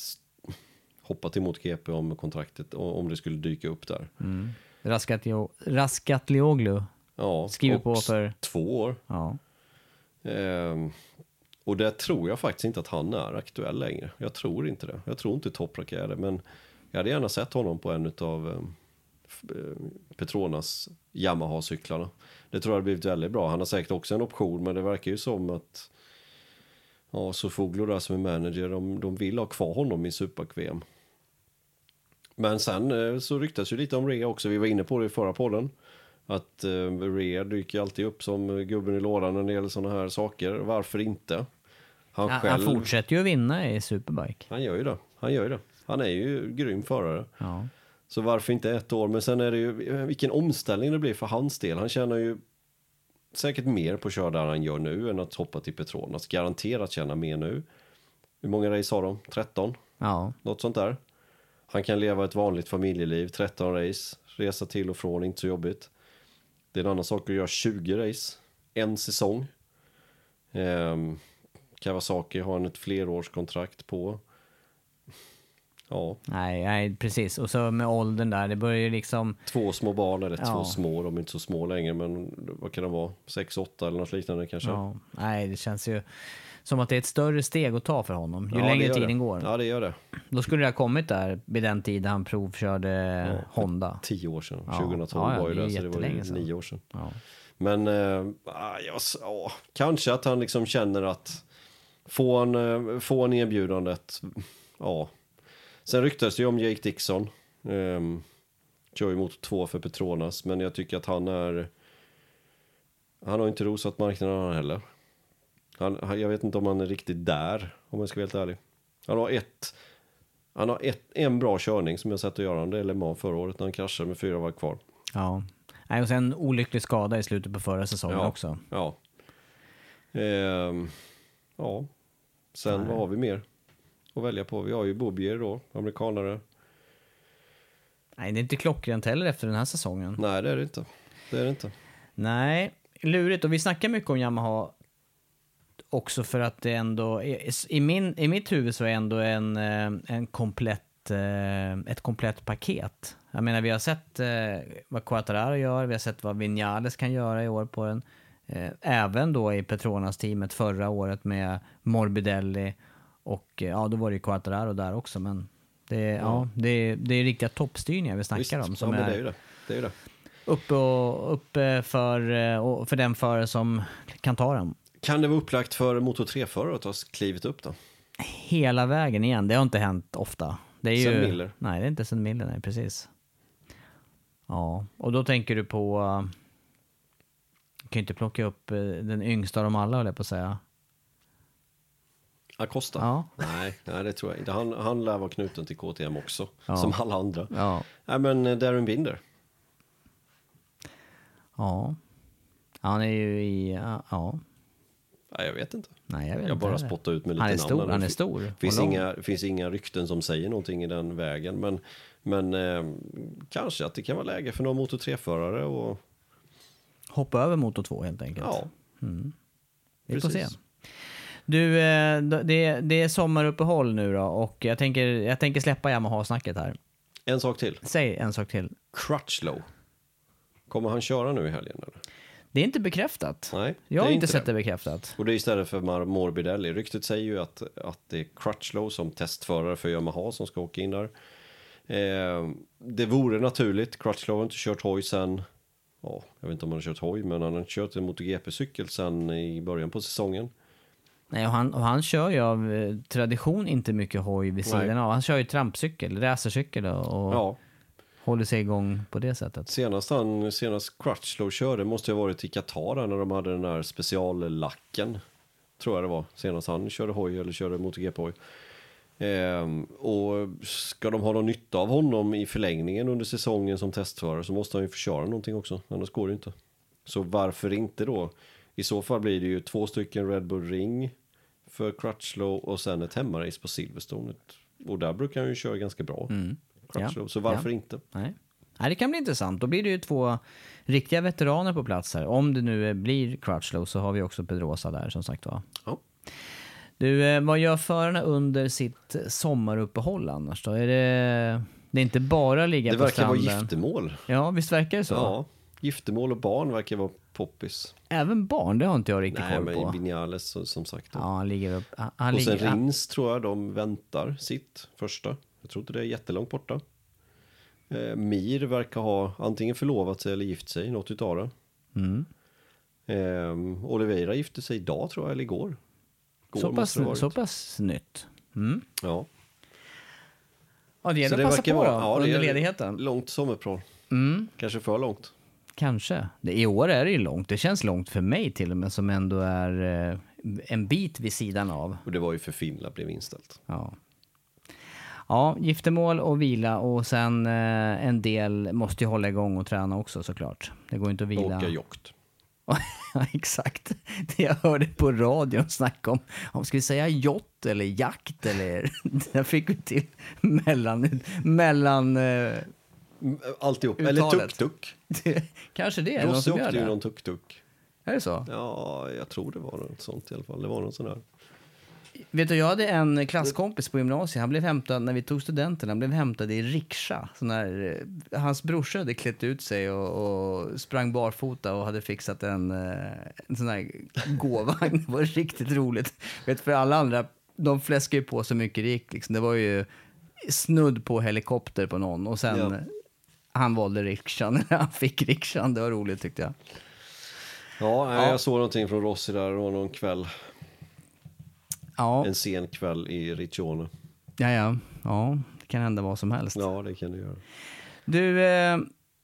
hoppa till MotoGP om kontraktet, om det skulle dyka upp där. Mm. Raskatio- Raskatlioglu Ja, skriver och på för... två år. Ja. Ehm, och där tror jag faktiskt inte att han är aktuell längre. Jag tror inte det. Jag tror inte Toprak är det. Men jag hade gärna sett honom på en av eh, Petronas Yamaha-cyklarna. Det tror jag hade blivit väldigt bra. Han har säkert också en option, men det verkar ju som att ja, Sofoglu där som är manager, de, de vill ha kvar honom i Superbike-V M. Men sen eh, så ryktas ju lite om Rea också. Vi var inne på det i förra podden. Att eh, Rea dyker alltid upp som gubben i lådan när det gäller sådana här saker. Varför inte? Han, Han, själv, han fortsätter ju att vinna i Superbike. han gör ju det. Han gör ju det. Han är ju grym förare. Ja. Så varför inte ett år? Men sen är det ju vilken omställning det blir för hans del. Han tjänar ju säkert mer på att köra där han gör nu än att hoppa till Petronas. Garanterat tjäna mer nu. Hur många race har de? tretton? Ja. Något sånt där. Han kan leva ett vanligt familjeliv. tretton race. Resa till och från. Inte så jobbigt. Det är en annan sak att göra tjugo race. En säsong. Ehm, Kawasaki har han ett flerårskontrakt på. Ja. Nej, nej, precis. Och så med åldern där, det börjar ju liksom... Två små barn, eller Ja. två små. De är inte så små längre, men vad kan det vara? Sex, åtta eller något liknande kanske. Ja, nej, det känns ju som att det är ett större steg att ta för honom. Ju Ja, det längre gör tiden det. går. Ja, det gör det. Då skulle det ha kommit där vid den tiden han provkörde Ja, Honda. Tio år sedan. Ja. tjugohundratolv Ja, ja, var ju det är det, så det var ju jättelänge sedan. nio år sedan. Ja. Men äh, ja, ja, kanske att han liksom känner att få en, äh, få en erbjudandet. Ja. Sen ryktas det ju om Jake Dixon. Um, kör ju mot två för Petronas, men jag tycker att han är... Han har inte rosat marknaden heller. Han, han, jag vet inte om han är riktigt där, om jag ska vara helt ärlig. Han har ett... Han har ett, en bra körning som jag sett att göra. Det är Le Mans förra året när han kraschade med fyra var kvar. Ja. Nej, och sen olycklig skada i slutet på förra säsongen Ja. också. Ja. Ehm, ja. Sen Nej. vad har vi mer att välja på? Vi har ju Bobier då, amerikanare. Nej, det är inte klockrent heller efter den här säsongen. Nej, det är det inte. Det är det inte. Nej, lurigt. Och vi snackar mycket om Yamaha också för att det ändå... I, i, min, i mitt huvud så är ändå en, eh, en komplett, eh, ett komplett paket. Jag menar, vi har sett eh, vad Quartararo gör, vi har sett vad Vinales kan göra i år på den. Eh, även då i Petronas-teamet förra året med Morbidelli och eh, ja, då var det ju Quartararo där också, men det, ja. Ja, det, det är riktiga toppstyrningar vi snackar Visst. om som ja, men är, det är ju det. Det är ju det. uppe, och, uppe för, eh, och för den förare som kan ta dem. Kan det vara upplagt för Moto tre-förare att ha klivit upp då? Hela vägen igen, det har inte hänt ofta. Det är Sen ju, Miller. Nej, det är inte sen Miller, nej, precis. Ja, och då tänker du på... Uh, kan ju inte plocka upp uh, den yngsta av dem alla, höll jag på att säga. Acosta? Ja. Nej, nej, det tror jag inte. Han, han lär vara knuten till K T M också, Ja. som alla andra. Ja. Nej, men eh, Darren Binder. Ja. Han är ju i... Ja. ja. Nej, jag vet inte. Nej, jag vet Jag inte bara heller. spottar ut med lite Han är namn. stor, här. han är Det stor. Finns och lång. inga, finns inga rykten som säger någonting i den vägen. Men, men eh, kanske att det kan vara läge för någon Moto tre-förare. Och, Hoppa över motor två helt enkelt. ja, Mm. Vi får se. Precis. Du, eh, det, det är sommaruppehåll nu då och jag tänker, jag tänker släppa Yamaha-snacket här. En sak till. Säg en sak till. Crutchlow. Kommer han köra nu i helgen eller? Det är inte bekräftat. Nej, Jag har det är inte inte sett det. det bekräftat. Och det är istället för Mar- Morbidelli. Ryktet säger ju att, att det är Crutchlow som testförare för Yamaha som ska åka in där. Eh, det vore naturligt. Crutchlow har inte kört hoj sen... Ja, jag vet inte om han har kört hoj, men han har kört en MotoGP-cykel sen i början på säsongen. Nej, och han, och han kör ju av eh, tradition inte mycket hoj vid sidan Nej. av. Han kör ju trampcykel, racercykel och, och Ja, håller sig igång på det sättet. senast, han, senast Crutchlow körde måste ha varit i Qatar när de hade den där speciallacken. Tror jag det var. Senast han körde hoj eller körde MotoGP-hoj. Ehm, och ska de ha någon nytta av honom i förlängningen under säsongen som testförare så måste han ju få köra någonting också. Annars går det inte. Så varför inte då? I så fall blir det ju två stycken Red Bull Ring för Crutchlow och sen ett hemmarace på Silverstone. Och där brukar han ju köra ganska bra. Mm. Crutchlow. Ja. Så varför Ja. inte? Nej. Nej, det kan bli intressant. Då blir det ju två riktiga veteraner på plats här. Om det nu blir Crutchlow så har vi också Pedrosa där som sagt va. Ja. Du, eh, vad gör förarna under sitt sommaruppehåll annars då? Är det, det är inte bara ligga Det på verkar vara stranden? giftermål. Ja, visst verkar det så? Ja, giftermål och barn verkar vara poppis. Även barn, det har inte jag riktigt Nej, koll men på. Vinales som, som sagt. Ja, han ligger upp. Han, han och sen ligger, han, Rins tror jag de väntar sitt första. Jag tror inte det är jättelångt borta. Eh, Mir verkar ha antingen förlovat sig eller gift sig, något utav det. mm. Eh, Oliveira gifte sig idag tror jag, eller igår. Går så, pass, måste det ha varit. så pass nytt. Mm. Ja. Ja, det Så gäller att passa verkar på vara- då, ja, det under är ledigheten. Långt sommarprål. Mm. Kanske för långt. Kanske. Det, I år är det ju långt. Det känns långt för mig till och med som ändå är eh, en bit vid sidan av. Och det var ju för Finland blev inställt. Ja. Ja, giftermål och vila och sen eh, en del måste ju hålla igång och träna också såklart. Det går inte att vila. Åka jokt. Ja, exakt. Det jag hörde på radion snacka om, om ska vi säga jott eller jakt eller där fick vi till mellan, mellan eh, Alltihop. Uttalet. Eller tuk-tuk. det, kanske det är någon Rossi som gör åkte ju det. någon tuk-tuk. Är det så? Ja, jag tror det var något sånt i alla fall. Det var något sån där. Vet du, jag hade en klasskompis på gymnasiet. Han blev hämtad när vi tog studenten. Han blev hämtad i rikscha. Sån här, eh, hans brorsa hade klätt ut sig och, och sprang barfota och hade fixat en, eh, en sån här gåvagn. Det var riktigt roligt. Vet, för alla andra, de fläskade ju på så mycket det gick. Liksom. Det var ju snudd på helikopter på någon. Och sen, Ja. han valde rikshan. Han fick rikshan. Det var roligt tyckte jag. Ja, nej, Ja. jag såg någonting från Rossi där. Det var någon kväll. Ja, En sen kväll i Riccione. ja, ja. Ja, det kan hända vad som helst. Ja, det kan du göra. Du, eh,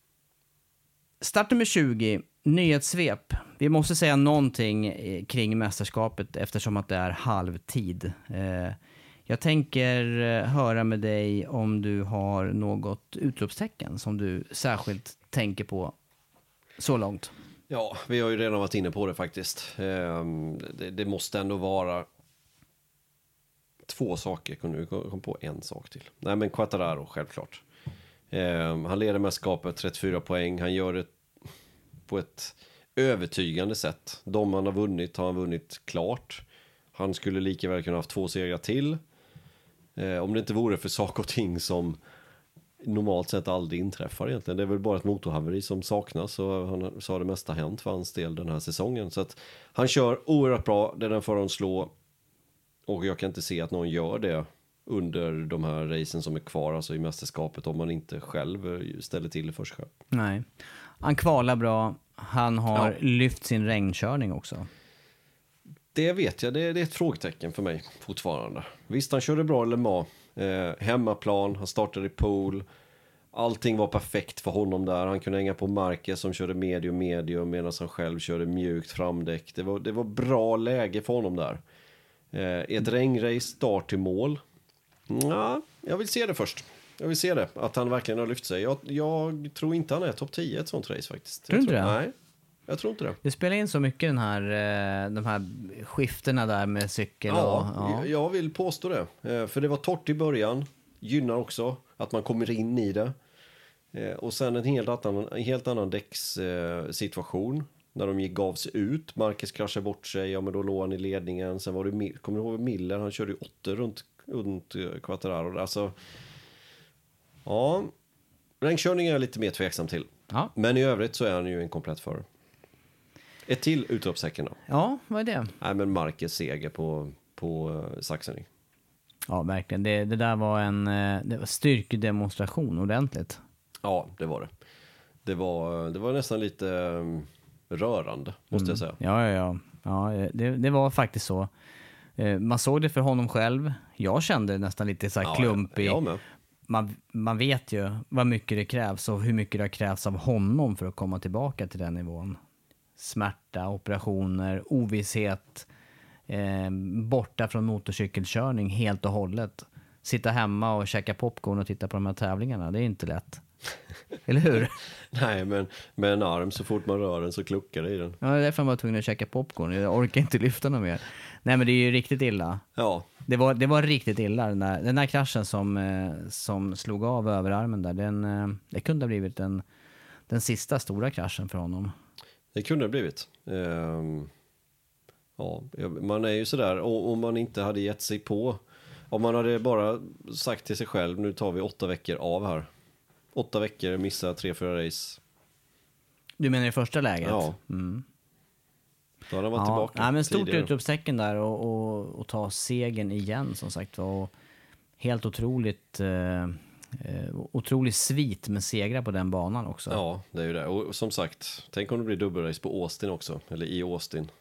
start nummer tjugo, nyhetssvep. Vi måste säga någonting eh, kring mästerskapet eftersom att det är halvtid. Eh, jag tänker eh, höra med dig om du har något utropstecken som du särskilt tänker på så långt. Ja, vi har ju redan varit inne på det faktiskt. Ehm, det, det måste ändå vara två saker. Kunde vi komma på en sak till? Nej, men Quartararo, självklart. Ehm, han leder mästerskapet, trettiofyra poäng. Han gör det på ett övertygande sätt. De han har vunnit har han vunnit klart. Han skulle lika väl kunna ha haft två segrar till. Ehm, om det inte vore för saker och ting som normalt sett aldrig inträffar egentligen. Det är väl bara ett motorhaveri som saknas och han sa det mesta hänt för hans del den här säsongen. Så att han kör oerhört bra, det är den förhand slå och jag kan inte se att någon gör det under de här racen som är kvar, alltså i mästerskapet, om man inte själv ställer till det för sig själv. Nej. Han kvalar bra. Han har Ja. lyft sin regnkörning också. Det vet jag, det är, det är ett frågetecken för mig fortfarande. Visst, han körde bra Le Mans. Eh, hemmaplan, han startade i pool. Allting var perfekt för honom där. Han kunde hänga på Marquez som körde medium medium medan han själv körde mjukt framdäck. Det var, det var bra läge för honom där. Eh, ett regnrace, start till mål. Ja, jag vill se det först. Jag vill se det, att han verkligen har lyft sig. Jag, jag tror inte han är topp tio i ett sånt race faktiskt. Tror du inte jag det? Nej, jag tror inte det. Det spelar in så mycket den här, eh, de här skiftena där med cykel. Ja, och, ja. jag- jag vill påstå det. Eh, För det var torrt i början. Gynnar också att man kommer in i det. Eh, Och sen en helt annan, en helt annan däckssituation. när de gick gav sig ut. Marquez kraschade bort sig, ja men då låg han i ledningen. Sen var det, kommer du ihåg Miller, han körde ju åtta runt, runt Quartararo. Alltså, ja, regnkörning är jag lite mer tveksam till. Ja. Men i övrigt så är han ju en komplett förare. Ett till utropstecken då. Ja, vad är det? Nej, men Marquez seger på, på uh, Sachsenring. Ja, verkligen. Det, det där var en det var styrkedemonstration ordentligt. Ja, det var det. Det var, det var nästan lite um, rörande, måste mm. jag säga. Ja, ja, ja. ja det, det var faktiskt så. Eh, man såg det för honom själv. Jag kände nästan lite så här ja, klumpig. Jag med. Man, man vet ju vad mycket det krävs och hur mycket det har krävts av honom för att komma tillbaka till den nivån. Smärta, operationer, ovisshet, eh, borta från motorcykelkörning helt och hållet. Sitta hemma och käka popcorn och titta på de här tävlingarna, det är inte lätt. Eller hur? Nej, men med en arm så fort man rör den så kluckar det i den. Ja, det är därför man var tvungen att käka popcorn. Jag orkar inte lyfta något mer. Nej, men det är ju riktigt illa. Ja. Det var, det var riktigt illa. Den där, den där kraschen som, eh, som slog av överarmen där, den, eh, det kunde ha blivit den, den sista stora kraschen för honom. Det kunde ha blivit. Um, ja, man är ju sådär, och om man inte hade gett sig på, om man hade bara sagt till sig själv, nu tar vi åtta veckor av här. Åtta veckor, missa tre, fyra race. Du menar i första läget? Ja. Mm. Då hade han varit ja, tillbaka. Ja, men stort tidigare. Utropstecken där och, och, och ta segern igen som sagt. Och helt otroligt eh, otroligt svit med segrar på den banan också. Ja, det är ju det. Och som sagt, tänk om det blir dubbelrace på Austin också. Eller i Austin.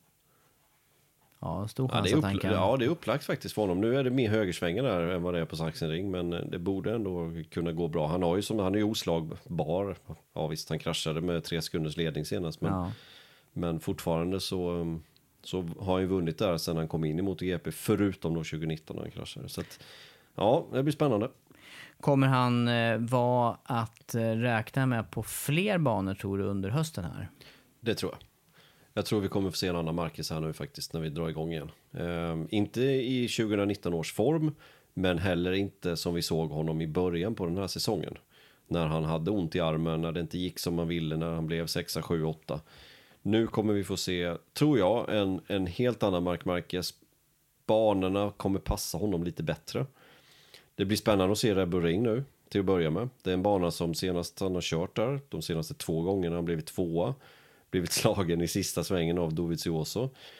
Ja, stor Ja, chans det är att han upp, kan... ja, det är upplagt faktiskt för honom. Nu är det mer högersvängar där än vad det är på Sachsenring. Men det borde ändå kunna gå bra. Han har ju som, han är ju oslagbar. Ja visst, han kraschade med tre sekunders ledning senast. Men, Ja. men fortfarande så, så har han ju vunnit där sedan han kom in i MotoGP. Förutom då tjugonitton när han kraschade. Så att, ja, det blir spännande. Kommer han eh, vara att eh, räkna med på fler banor tror du under hösten här? Det tror jag. Jag tror vi kommer få se en annan Marquez här nu faktiskt när vi drar igång igen. Um, inte i tjugonitton års form, men heller inte som vi såg honom i början på den här säsongen. När han hade ont i armen, när det inte gick som man ville, när han blev sex, sju, åtta. Nu kommer vi få se, tror jag, en, en helt annan Marc Marquez. Banorna kommer passa honom lite bättre. Det blir spännande att se Red Bull Ring nu, till att börja med. Det är en bana som senast han har kört där, de senaste två gångerna han blivit tvåa. Blivit slagen i sista svängen av Dovizioso.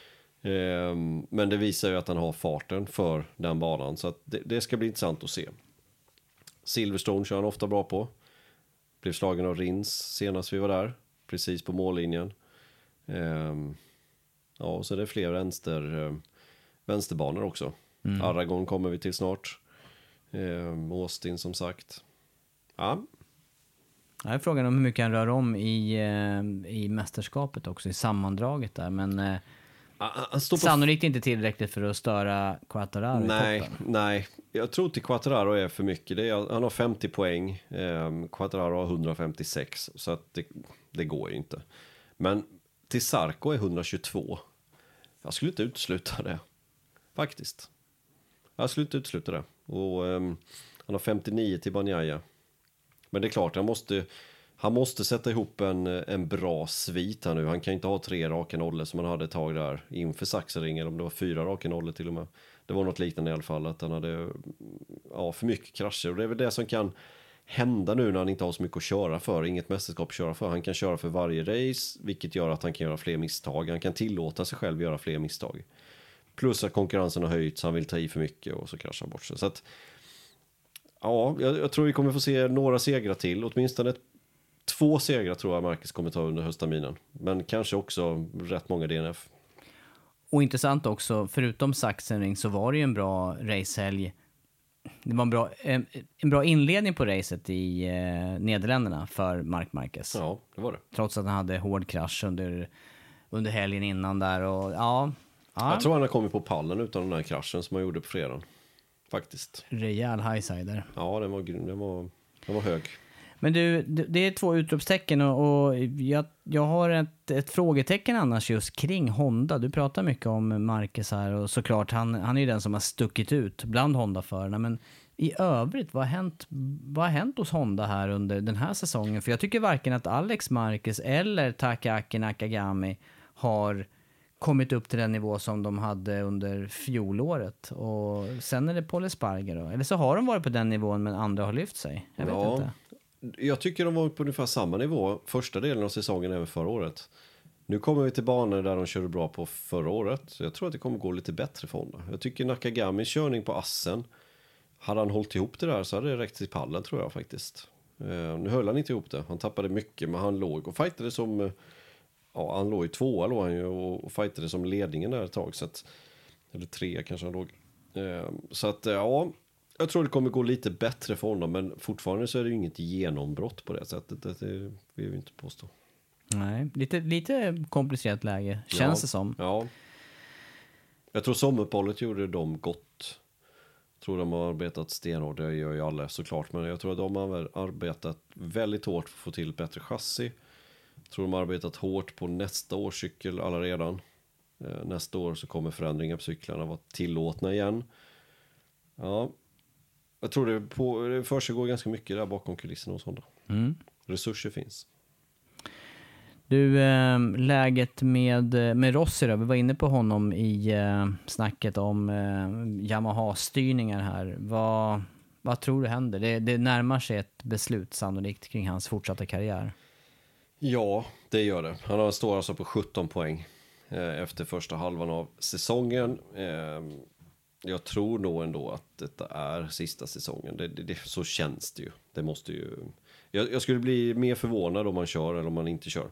Eh, men det visar ju att han har farten för den banan. Så att det, det ska bli intressant att se. Silverstone kör han ofta bra på. Blev slagen av Rins senast vi var där. Precis på mållinjen. Eh, ja, så det är fler vänster, eh, vänsterbanor också. Mm. Aragon kommer vi till snart. Eh, Austin som sagt. Ja. Det är frågan om hur mycket han rör om i, i mästerskapet också, i sammandraget där. Men eh, han står på sannolikt inte tillräckligt för att störa Quartararo nej, i toppen. Nej, jag tror till Quartararo är för mycket. Det är, han har femtio poäng, eh, Quartararo har hundrafemtiosex. Så att det, det går ju inte. Men till Zarco är hundratjugotvå. Jag skulle inte utesluta det. Faktiskt. Jag skulle inte utesluta det. Och eh, han har femtionio till Bagnaia. Men det är klart, han måste, han måste sätta ihop en, en bra svit här nu. Han kan inte ha tre raka nollor som han hade ett tag där inför Sachsenring, eller om det var fyra raka nollor till och med. Det var något liknande i alla fall, att han hade ja, för mycket krascher. Och det är väl det som kan hända nu när han inte har så mycket att köra för. Inget mästerskap att köra för. Han kan köra för varje race, vilket gör att han kan göra fler misstag. Han kan tillåta sig själv göra fler misstag. Plus att konkurrensen har höjts, han vill ta i för mycket och så kraschar han bort sig. Så att ja, jag, jag tror vi kommer få se några segrar till. Åtminstone ett, två segrar tror jag Marquez kommer ta under höstterminen. Men kanske också rätt många D N F. Och intressant också, förutom Sachsenring så var det ju en bra racehelg. Det var en bra, en, en bra inledning på racet i eh, Nederländerna för Marc Marquez. Ja, det var det. Trots att han hade hård krasch under, under helgen innan där. Och, ja, ja. Jag tror han har kommit på pallen utan den här kraschen som han gjorde på fredagen. Faktiskt. Rejäl highsider. Ja, den var, den var, den var hög. Men du, det är två utropstecken och, och jag, jag har ett, ett frågetecken annars just kring Honda. Du pratar mycket om Marquez här och såklart han, han är ju den som har stuckit ut bland Honda-förarna. Men i övrigt, vad har, hänt, vad har hänt hos Honda här under den här säsongen? För jag tycker varken att Alex Marquez eller Takaaki Nakagami har kommit upp till den nivå som de hade under fjolåret. Och sen är det Paul Espargaro då. Eller så har de varit på den nivån men andra har lyft sig. Jag vet ja, inte. Jag tycker de var på ungefär samma nivå första delen av säsongen även förra året. Nu kommer vi till banor där de körde bra på förra året. Så jag tror att det kommer gå lite bättre för Honda. Jag tycker Nakagamis körning på Assen, hade han hållit ihop det där så hade det räckt till pallen tror jag faktiskt. Uh, nu höll han inte ihop det. Han tappade mycket men han låg och fightade som... Uh, ja, han låg i tvåa låg han ju och, och fightade som ledningen där ett tag. Så att, eller tre kanske han låg. Uh, så att uh, ja, jag tror det kommer gå lite bättre för honom. Men fortfarande så är det ju inget genombrott på det sättet. Det, det vill vi inte påstå. Nej, lite, lite komplicerat läge, känns ja, det som. Ja. Jag tror sommaruppehållet gjorde dem gott. Jag tror de har arbetat stenhårt, det gör ju alla såklart. Men jag tror att de har arbetat väldigt hårt för att få till ett bättre chassi. Jag tror de har arbetat hårt på nästa års cykel alla redan. Nästa år så kommer förändringar på cyklarna vara tillåtna igen. Ja, jag tror det, på, det försiggår ganska mycket där bakom kulisserna hos Honda. Mm. Resurser finns. Du, äh, läget med, med Rossi då, vi var inne på honom i äh, snacket om äh, Yamaha-styrningar här. Vad, vad tror du händer? Det, det närmar sig ett beslut sannolikt kring hans fortsatta karriär. Ja, det gör det. Han står alltså på sjutton poäng eh, efter första halvan av säsongen. Eh, jag tror nog ändå att detta är sista säsongen. Det, det, det, så känns det ju. Det måste ju... Jag, jag skulle bli mer förvånad om man kör eller om man inte kör.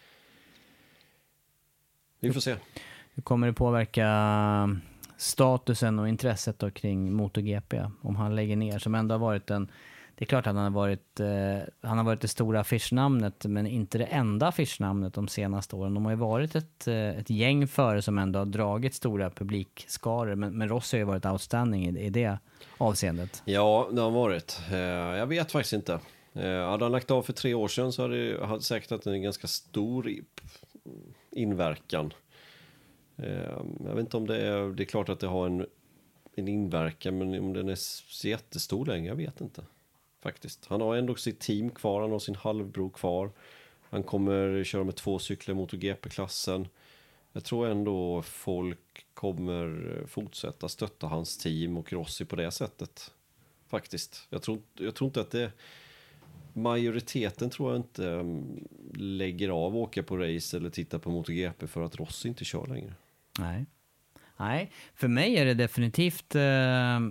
Vi får se. Hur kommer det påverka statusen och intresset då kring MotoGP om han lägger ner, som ändå har varit en... Det är klart att han har varit, eh, han har varit det stora affischnamnet, men inte det enda affischnamnet de senaste åren. De har ju varit ett, ett gäng före som ändå har dragit stora publikskaror, men, men Rossi har ju varit outstanding i, i det avseendet. Ja, det har varit. Eh, jag vet faktiskt inte. Eh, hade han lagt av för tre år sedan så hade det hade säkert haft en ganska stor inverkan. Eh, jag vet inte om det är, det är klart att det har en, en inverkan, men om den är så jättestor länge, jag vet inte. Faktiskt. Han har ändå sitt team kvar, han har sin halvbror kvar. Han kommer köra med två cyklar mot G P-klassen. Jag tror ändå folk kommer fortsätta stötta hans team och Rossi på det sättet. Faktiskt. Jag tror, jag tror inte att det... Majoriteten tror jag inte um, lägger av att åka på race eller titta på MotoGP för att Rossi inte kör längre. Nej. Nej, för mig är det definitivt... Uh...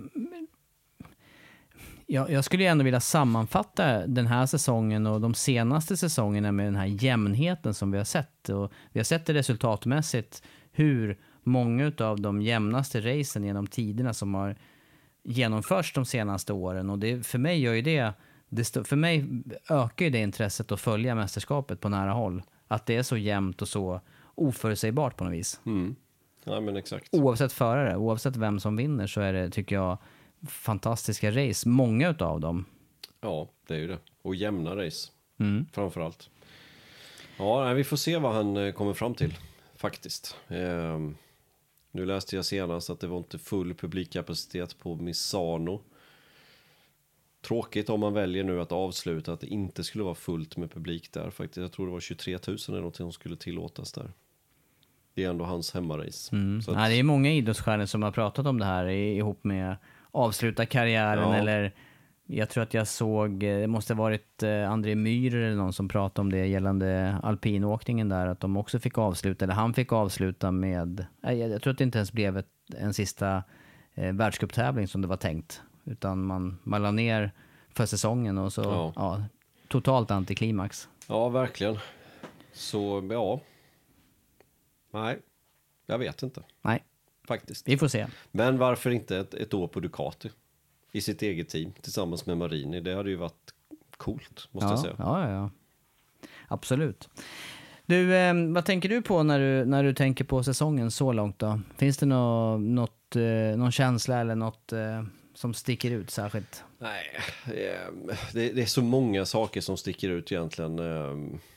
Jag, jag skulle ändå vilja sammanfatta den här säsongen och de senaste säsongerna med den här jämnheten som vi har sett. Och vi har sett det resultatmässigt hur många av de jämnaste racen genom tiderna som har genomförts de senaste åren. Och det, för mig gör ju det, det stå, för mig ökar ju det intresset att följa mästerskapet på nära håll. Att det är så jämnt och så oförutsägbart på något vis. Mm. Ja, men exakt. Oavsett förare, oavsett vem som vinner, så är det, tycker jag, fantastiska race, många utav dem. Ja, det är ju det. Och jämna race, mm. framförallt. Ja, nej, vi får se vad han eh, kommer fram till, faktiskt. Eh, nu läste jag senast att det var inte full publikkapacitet på Misano. Tråkigt om man väljer nu att avsluta att det inte skulle vara fullt med publik där. Faktiskt, jag tror det var tjugotre tusen eller något som skulle tillåtas där. Det är ändå hans hemmarace. Mm. Så att... Nej, det är många idrottsstjärnor som har pratat om det här ihop med avsluta karriären, ja. Eller jag tror att jag såg, det måste ha varit André Myhrer eller någon som pratade om det gällande alpinåkningen där, att de också fick avsluta, eller han fick avsluta med, jag tror att det inte ens blev ett, en sista eh, världscuptävling som det var tänkt, utan man, man la ner för säsongen och så, ja, ja totalt antiklimax. Ja, verkligen. Så, ja. Nej, jag vet inte. Nej. Faktiskt. Vi får se. Men varför inte ett, ett år på Ducati i sitt eget team tillsammans med Marini? Det hade ju varit coolt, måste ja, jag säga. Ja, ja, ja. Absolut. Du, eh, vad tänker du på när du, när du tänker på säsongen så långt då? Finns det nå, något, eh, någon känsla eller något eh, som sticker ut särskilt? Nej, eh, det, det är så många saker som sticker ut egentligen. Eh,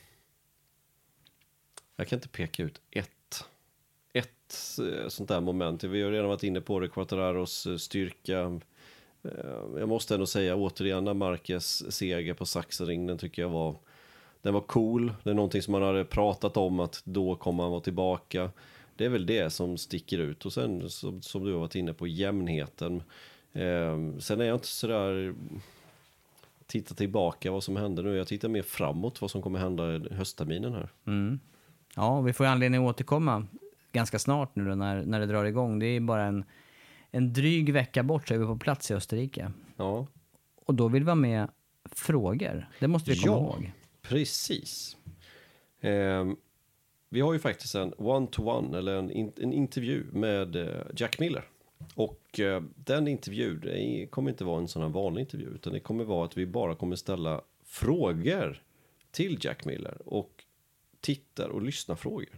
jag kan inte peka ut ett. Ett sånt där moment. Vi har redan varit inne på det, Quartararos styrka. Jag måste ändå säga återigen att Marquez seger på Sachsenring, den tycker jag var, den var cool. Det är någonting som man hade pratat om, att då kommer han vara tillbaka. Det är väl det som sticker ut. Och sen som, som du har varit inne på, jämnheten. Eh, sen är jag inte sådär titta tillbaka vad som händer nu. Jag tittar mer framåt vad som kommer hända i höstterminen här. Mm. Ja, vi får anledning att återkomma ganska snart nu då, när, när det drar igång. Det är bara en, en dryg vecka bort så är vi på plats i Österrike. Ja. Och då vill vi vara med frågor. Det måste vi komma ja, ihåg. Precis. Eh, vi har ju faktiskt en one-to-one eller en, in, en intervju med eh, Jack Miller. Och eh, den intervjun det kommer inte vara en sån här vanlig intervju, utan det kommer vara att vi bara kommer ställa frågor till Jack Miller och tittar och lyssnar frågor.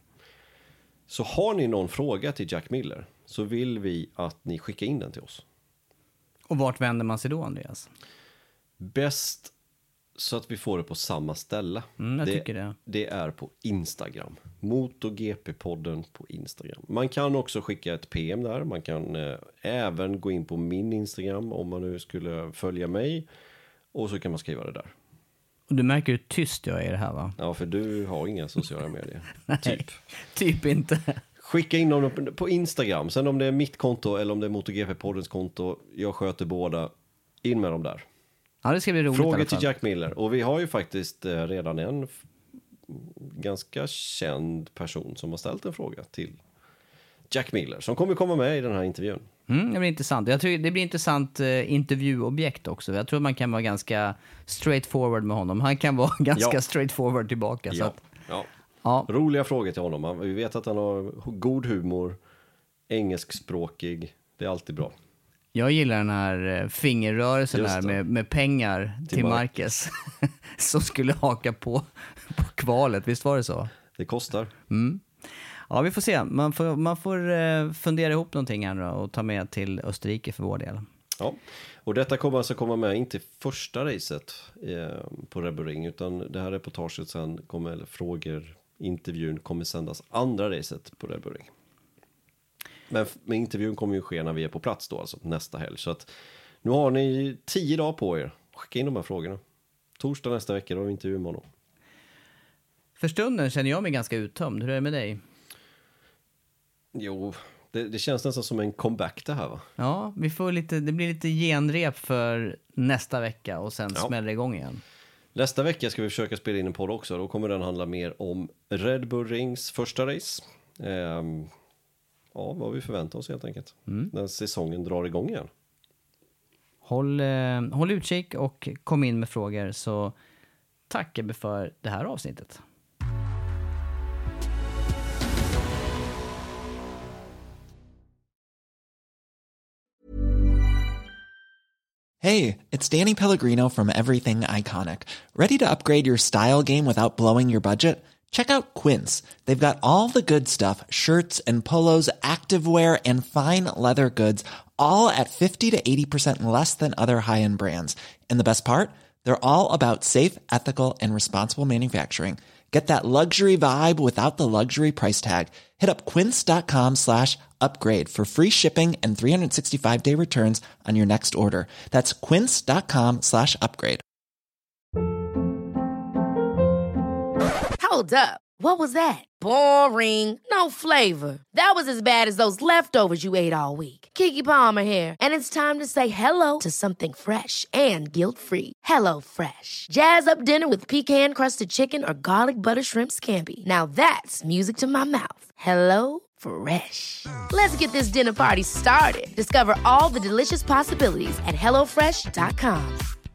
Så har ni någon fråga till Jack Miller så vill vi att ni skickar in den till oss. Och vart vänder man sig då, Andreas? Bäst så att vi får det på samma ställe. Mm, jag det, tycker det. Det är på Instagram. MotoGP-podden på Instagram. Man kan också skicka ett P M där. Man kan eh, även gå in på min Instagram om man nu skulle följa mig. Och så kan man skriva det där. Och du märker hur tyst jag är i det här, va? Ja, för du har inga sociala medier. Nej, typ. Typ inte. Skicka in dem på Instagram. Sen om det är mitt konto eller om det är MotoGP-poddens konto. Jag sköter båda. In med dem där. Ja, det ska bli roligt. Frågor till Jack Miller. Och vi har ju faktiskt eh, redan en f- ganska känd person som har ställt en fråga till Jack Miller. Som kommer komma med i den här intervjun. Mm, det blir intressant. Jag tror det blir intressant eh, intervjuobjekt också. Jag tror man kan vara ganska straightforward med honom. Han kan vara ganska ja. straightforward tillbaka. Ja. Så att, ja. ja. Roliga frågor till honom. Han, vi vet att han har god humor. Engelskspråkig. Det är alltid bra. Jag gillar den här fingerrörelsen här med, med pengar till, till Marquez som skulle haka på, på kvalet. Visst var det så? Det kostar. Mm. Ja, vi får se. Man får, man får eh, fundera ihop någonting här då och ta med till Österrike för vår del. Ja, och detta kommer alltså komma med inte första racet eh, på Red Bull Ring, utan det här reportaget sen kommer, eller frågor, intervjun kommer sändas andra racet på Red Bull Ring. Men med intervjun kommer ju ske när vi är på plats då, alltså nästa helg. Så att nu har ni tio dagar på er. Skicka in de här frågorna. Torsdag nästa vecka då har vi intervju med honom. För stunden känner jag mig ganska uttömd. Hur är det med dig? Jo, det, det känns nästan som en comeback det här, va? Ja, vi får lite, det blir lite genrep för nästa vecka och sen ja. smäller det igång igen. Nästa vecka ska vi försöka spela in en podd också. Då kommer den handla mer om Red Bull Rings första race. Ehm, ja, vad vi förväntar oss helt enkelt. Mm. När säsongen drar igång igen. Håll, eh, håll utkik och kom in med frågor, så tackar vi för det här avsnittet. Hey, it's Danny Pellegrino from Everything Iconic. Ready to upgrade your style game without blowing your budget? Check out Quince. They've got all the good stuff, shirts and polos, activewear, and fine leather goods, all at fifty to eighty percent less than other high-end brands. And the best part? They're all about safe, ethical, and responsible manufacturing. Get that luxury vibe without the luxury price tag. Hit up quince.com slash upgrade for free shipping and three sixty-five day returns on your next order. That's quince.com slash upgrade. Hold up. What was that? Boring. No flavor. That was as bad as those leftovers you ate all week. Keke Palmer here, and it's time to say hello to something fresh and guilt-free. Hello Fresh. Jazz up dinner with pecan-crusted chicken or garlic butter shrimp scampi. Now that's music to my mouth. Hello Fresh. Let's get this dinner party started. Discover all the delicious possibilities at hello fresh dot com.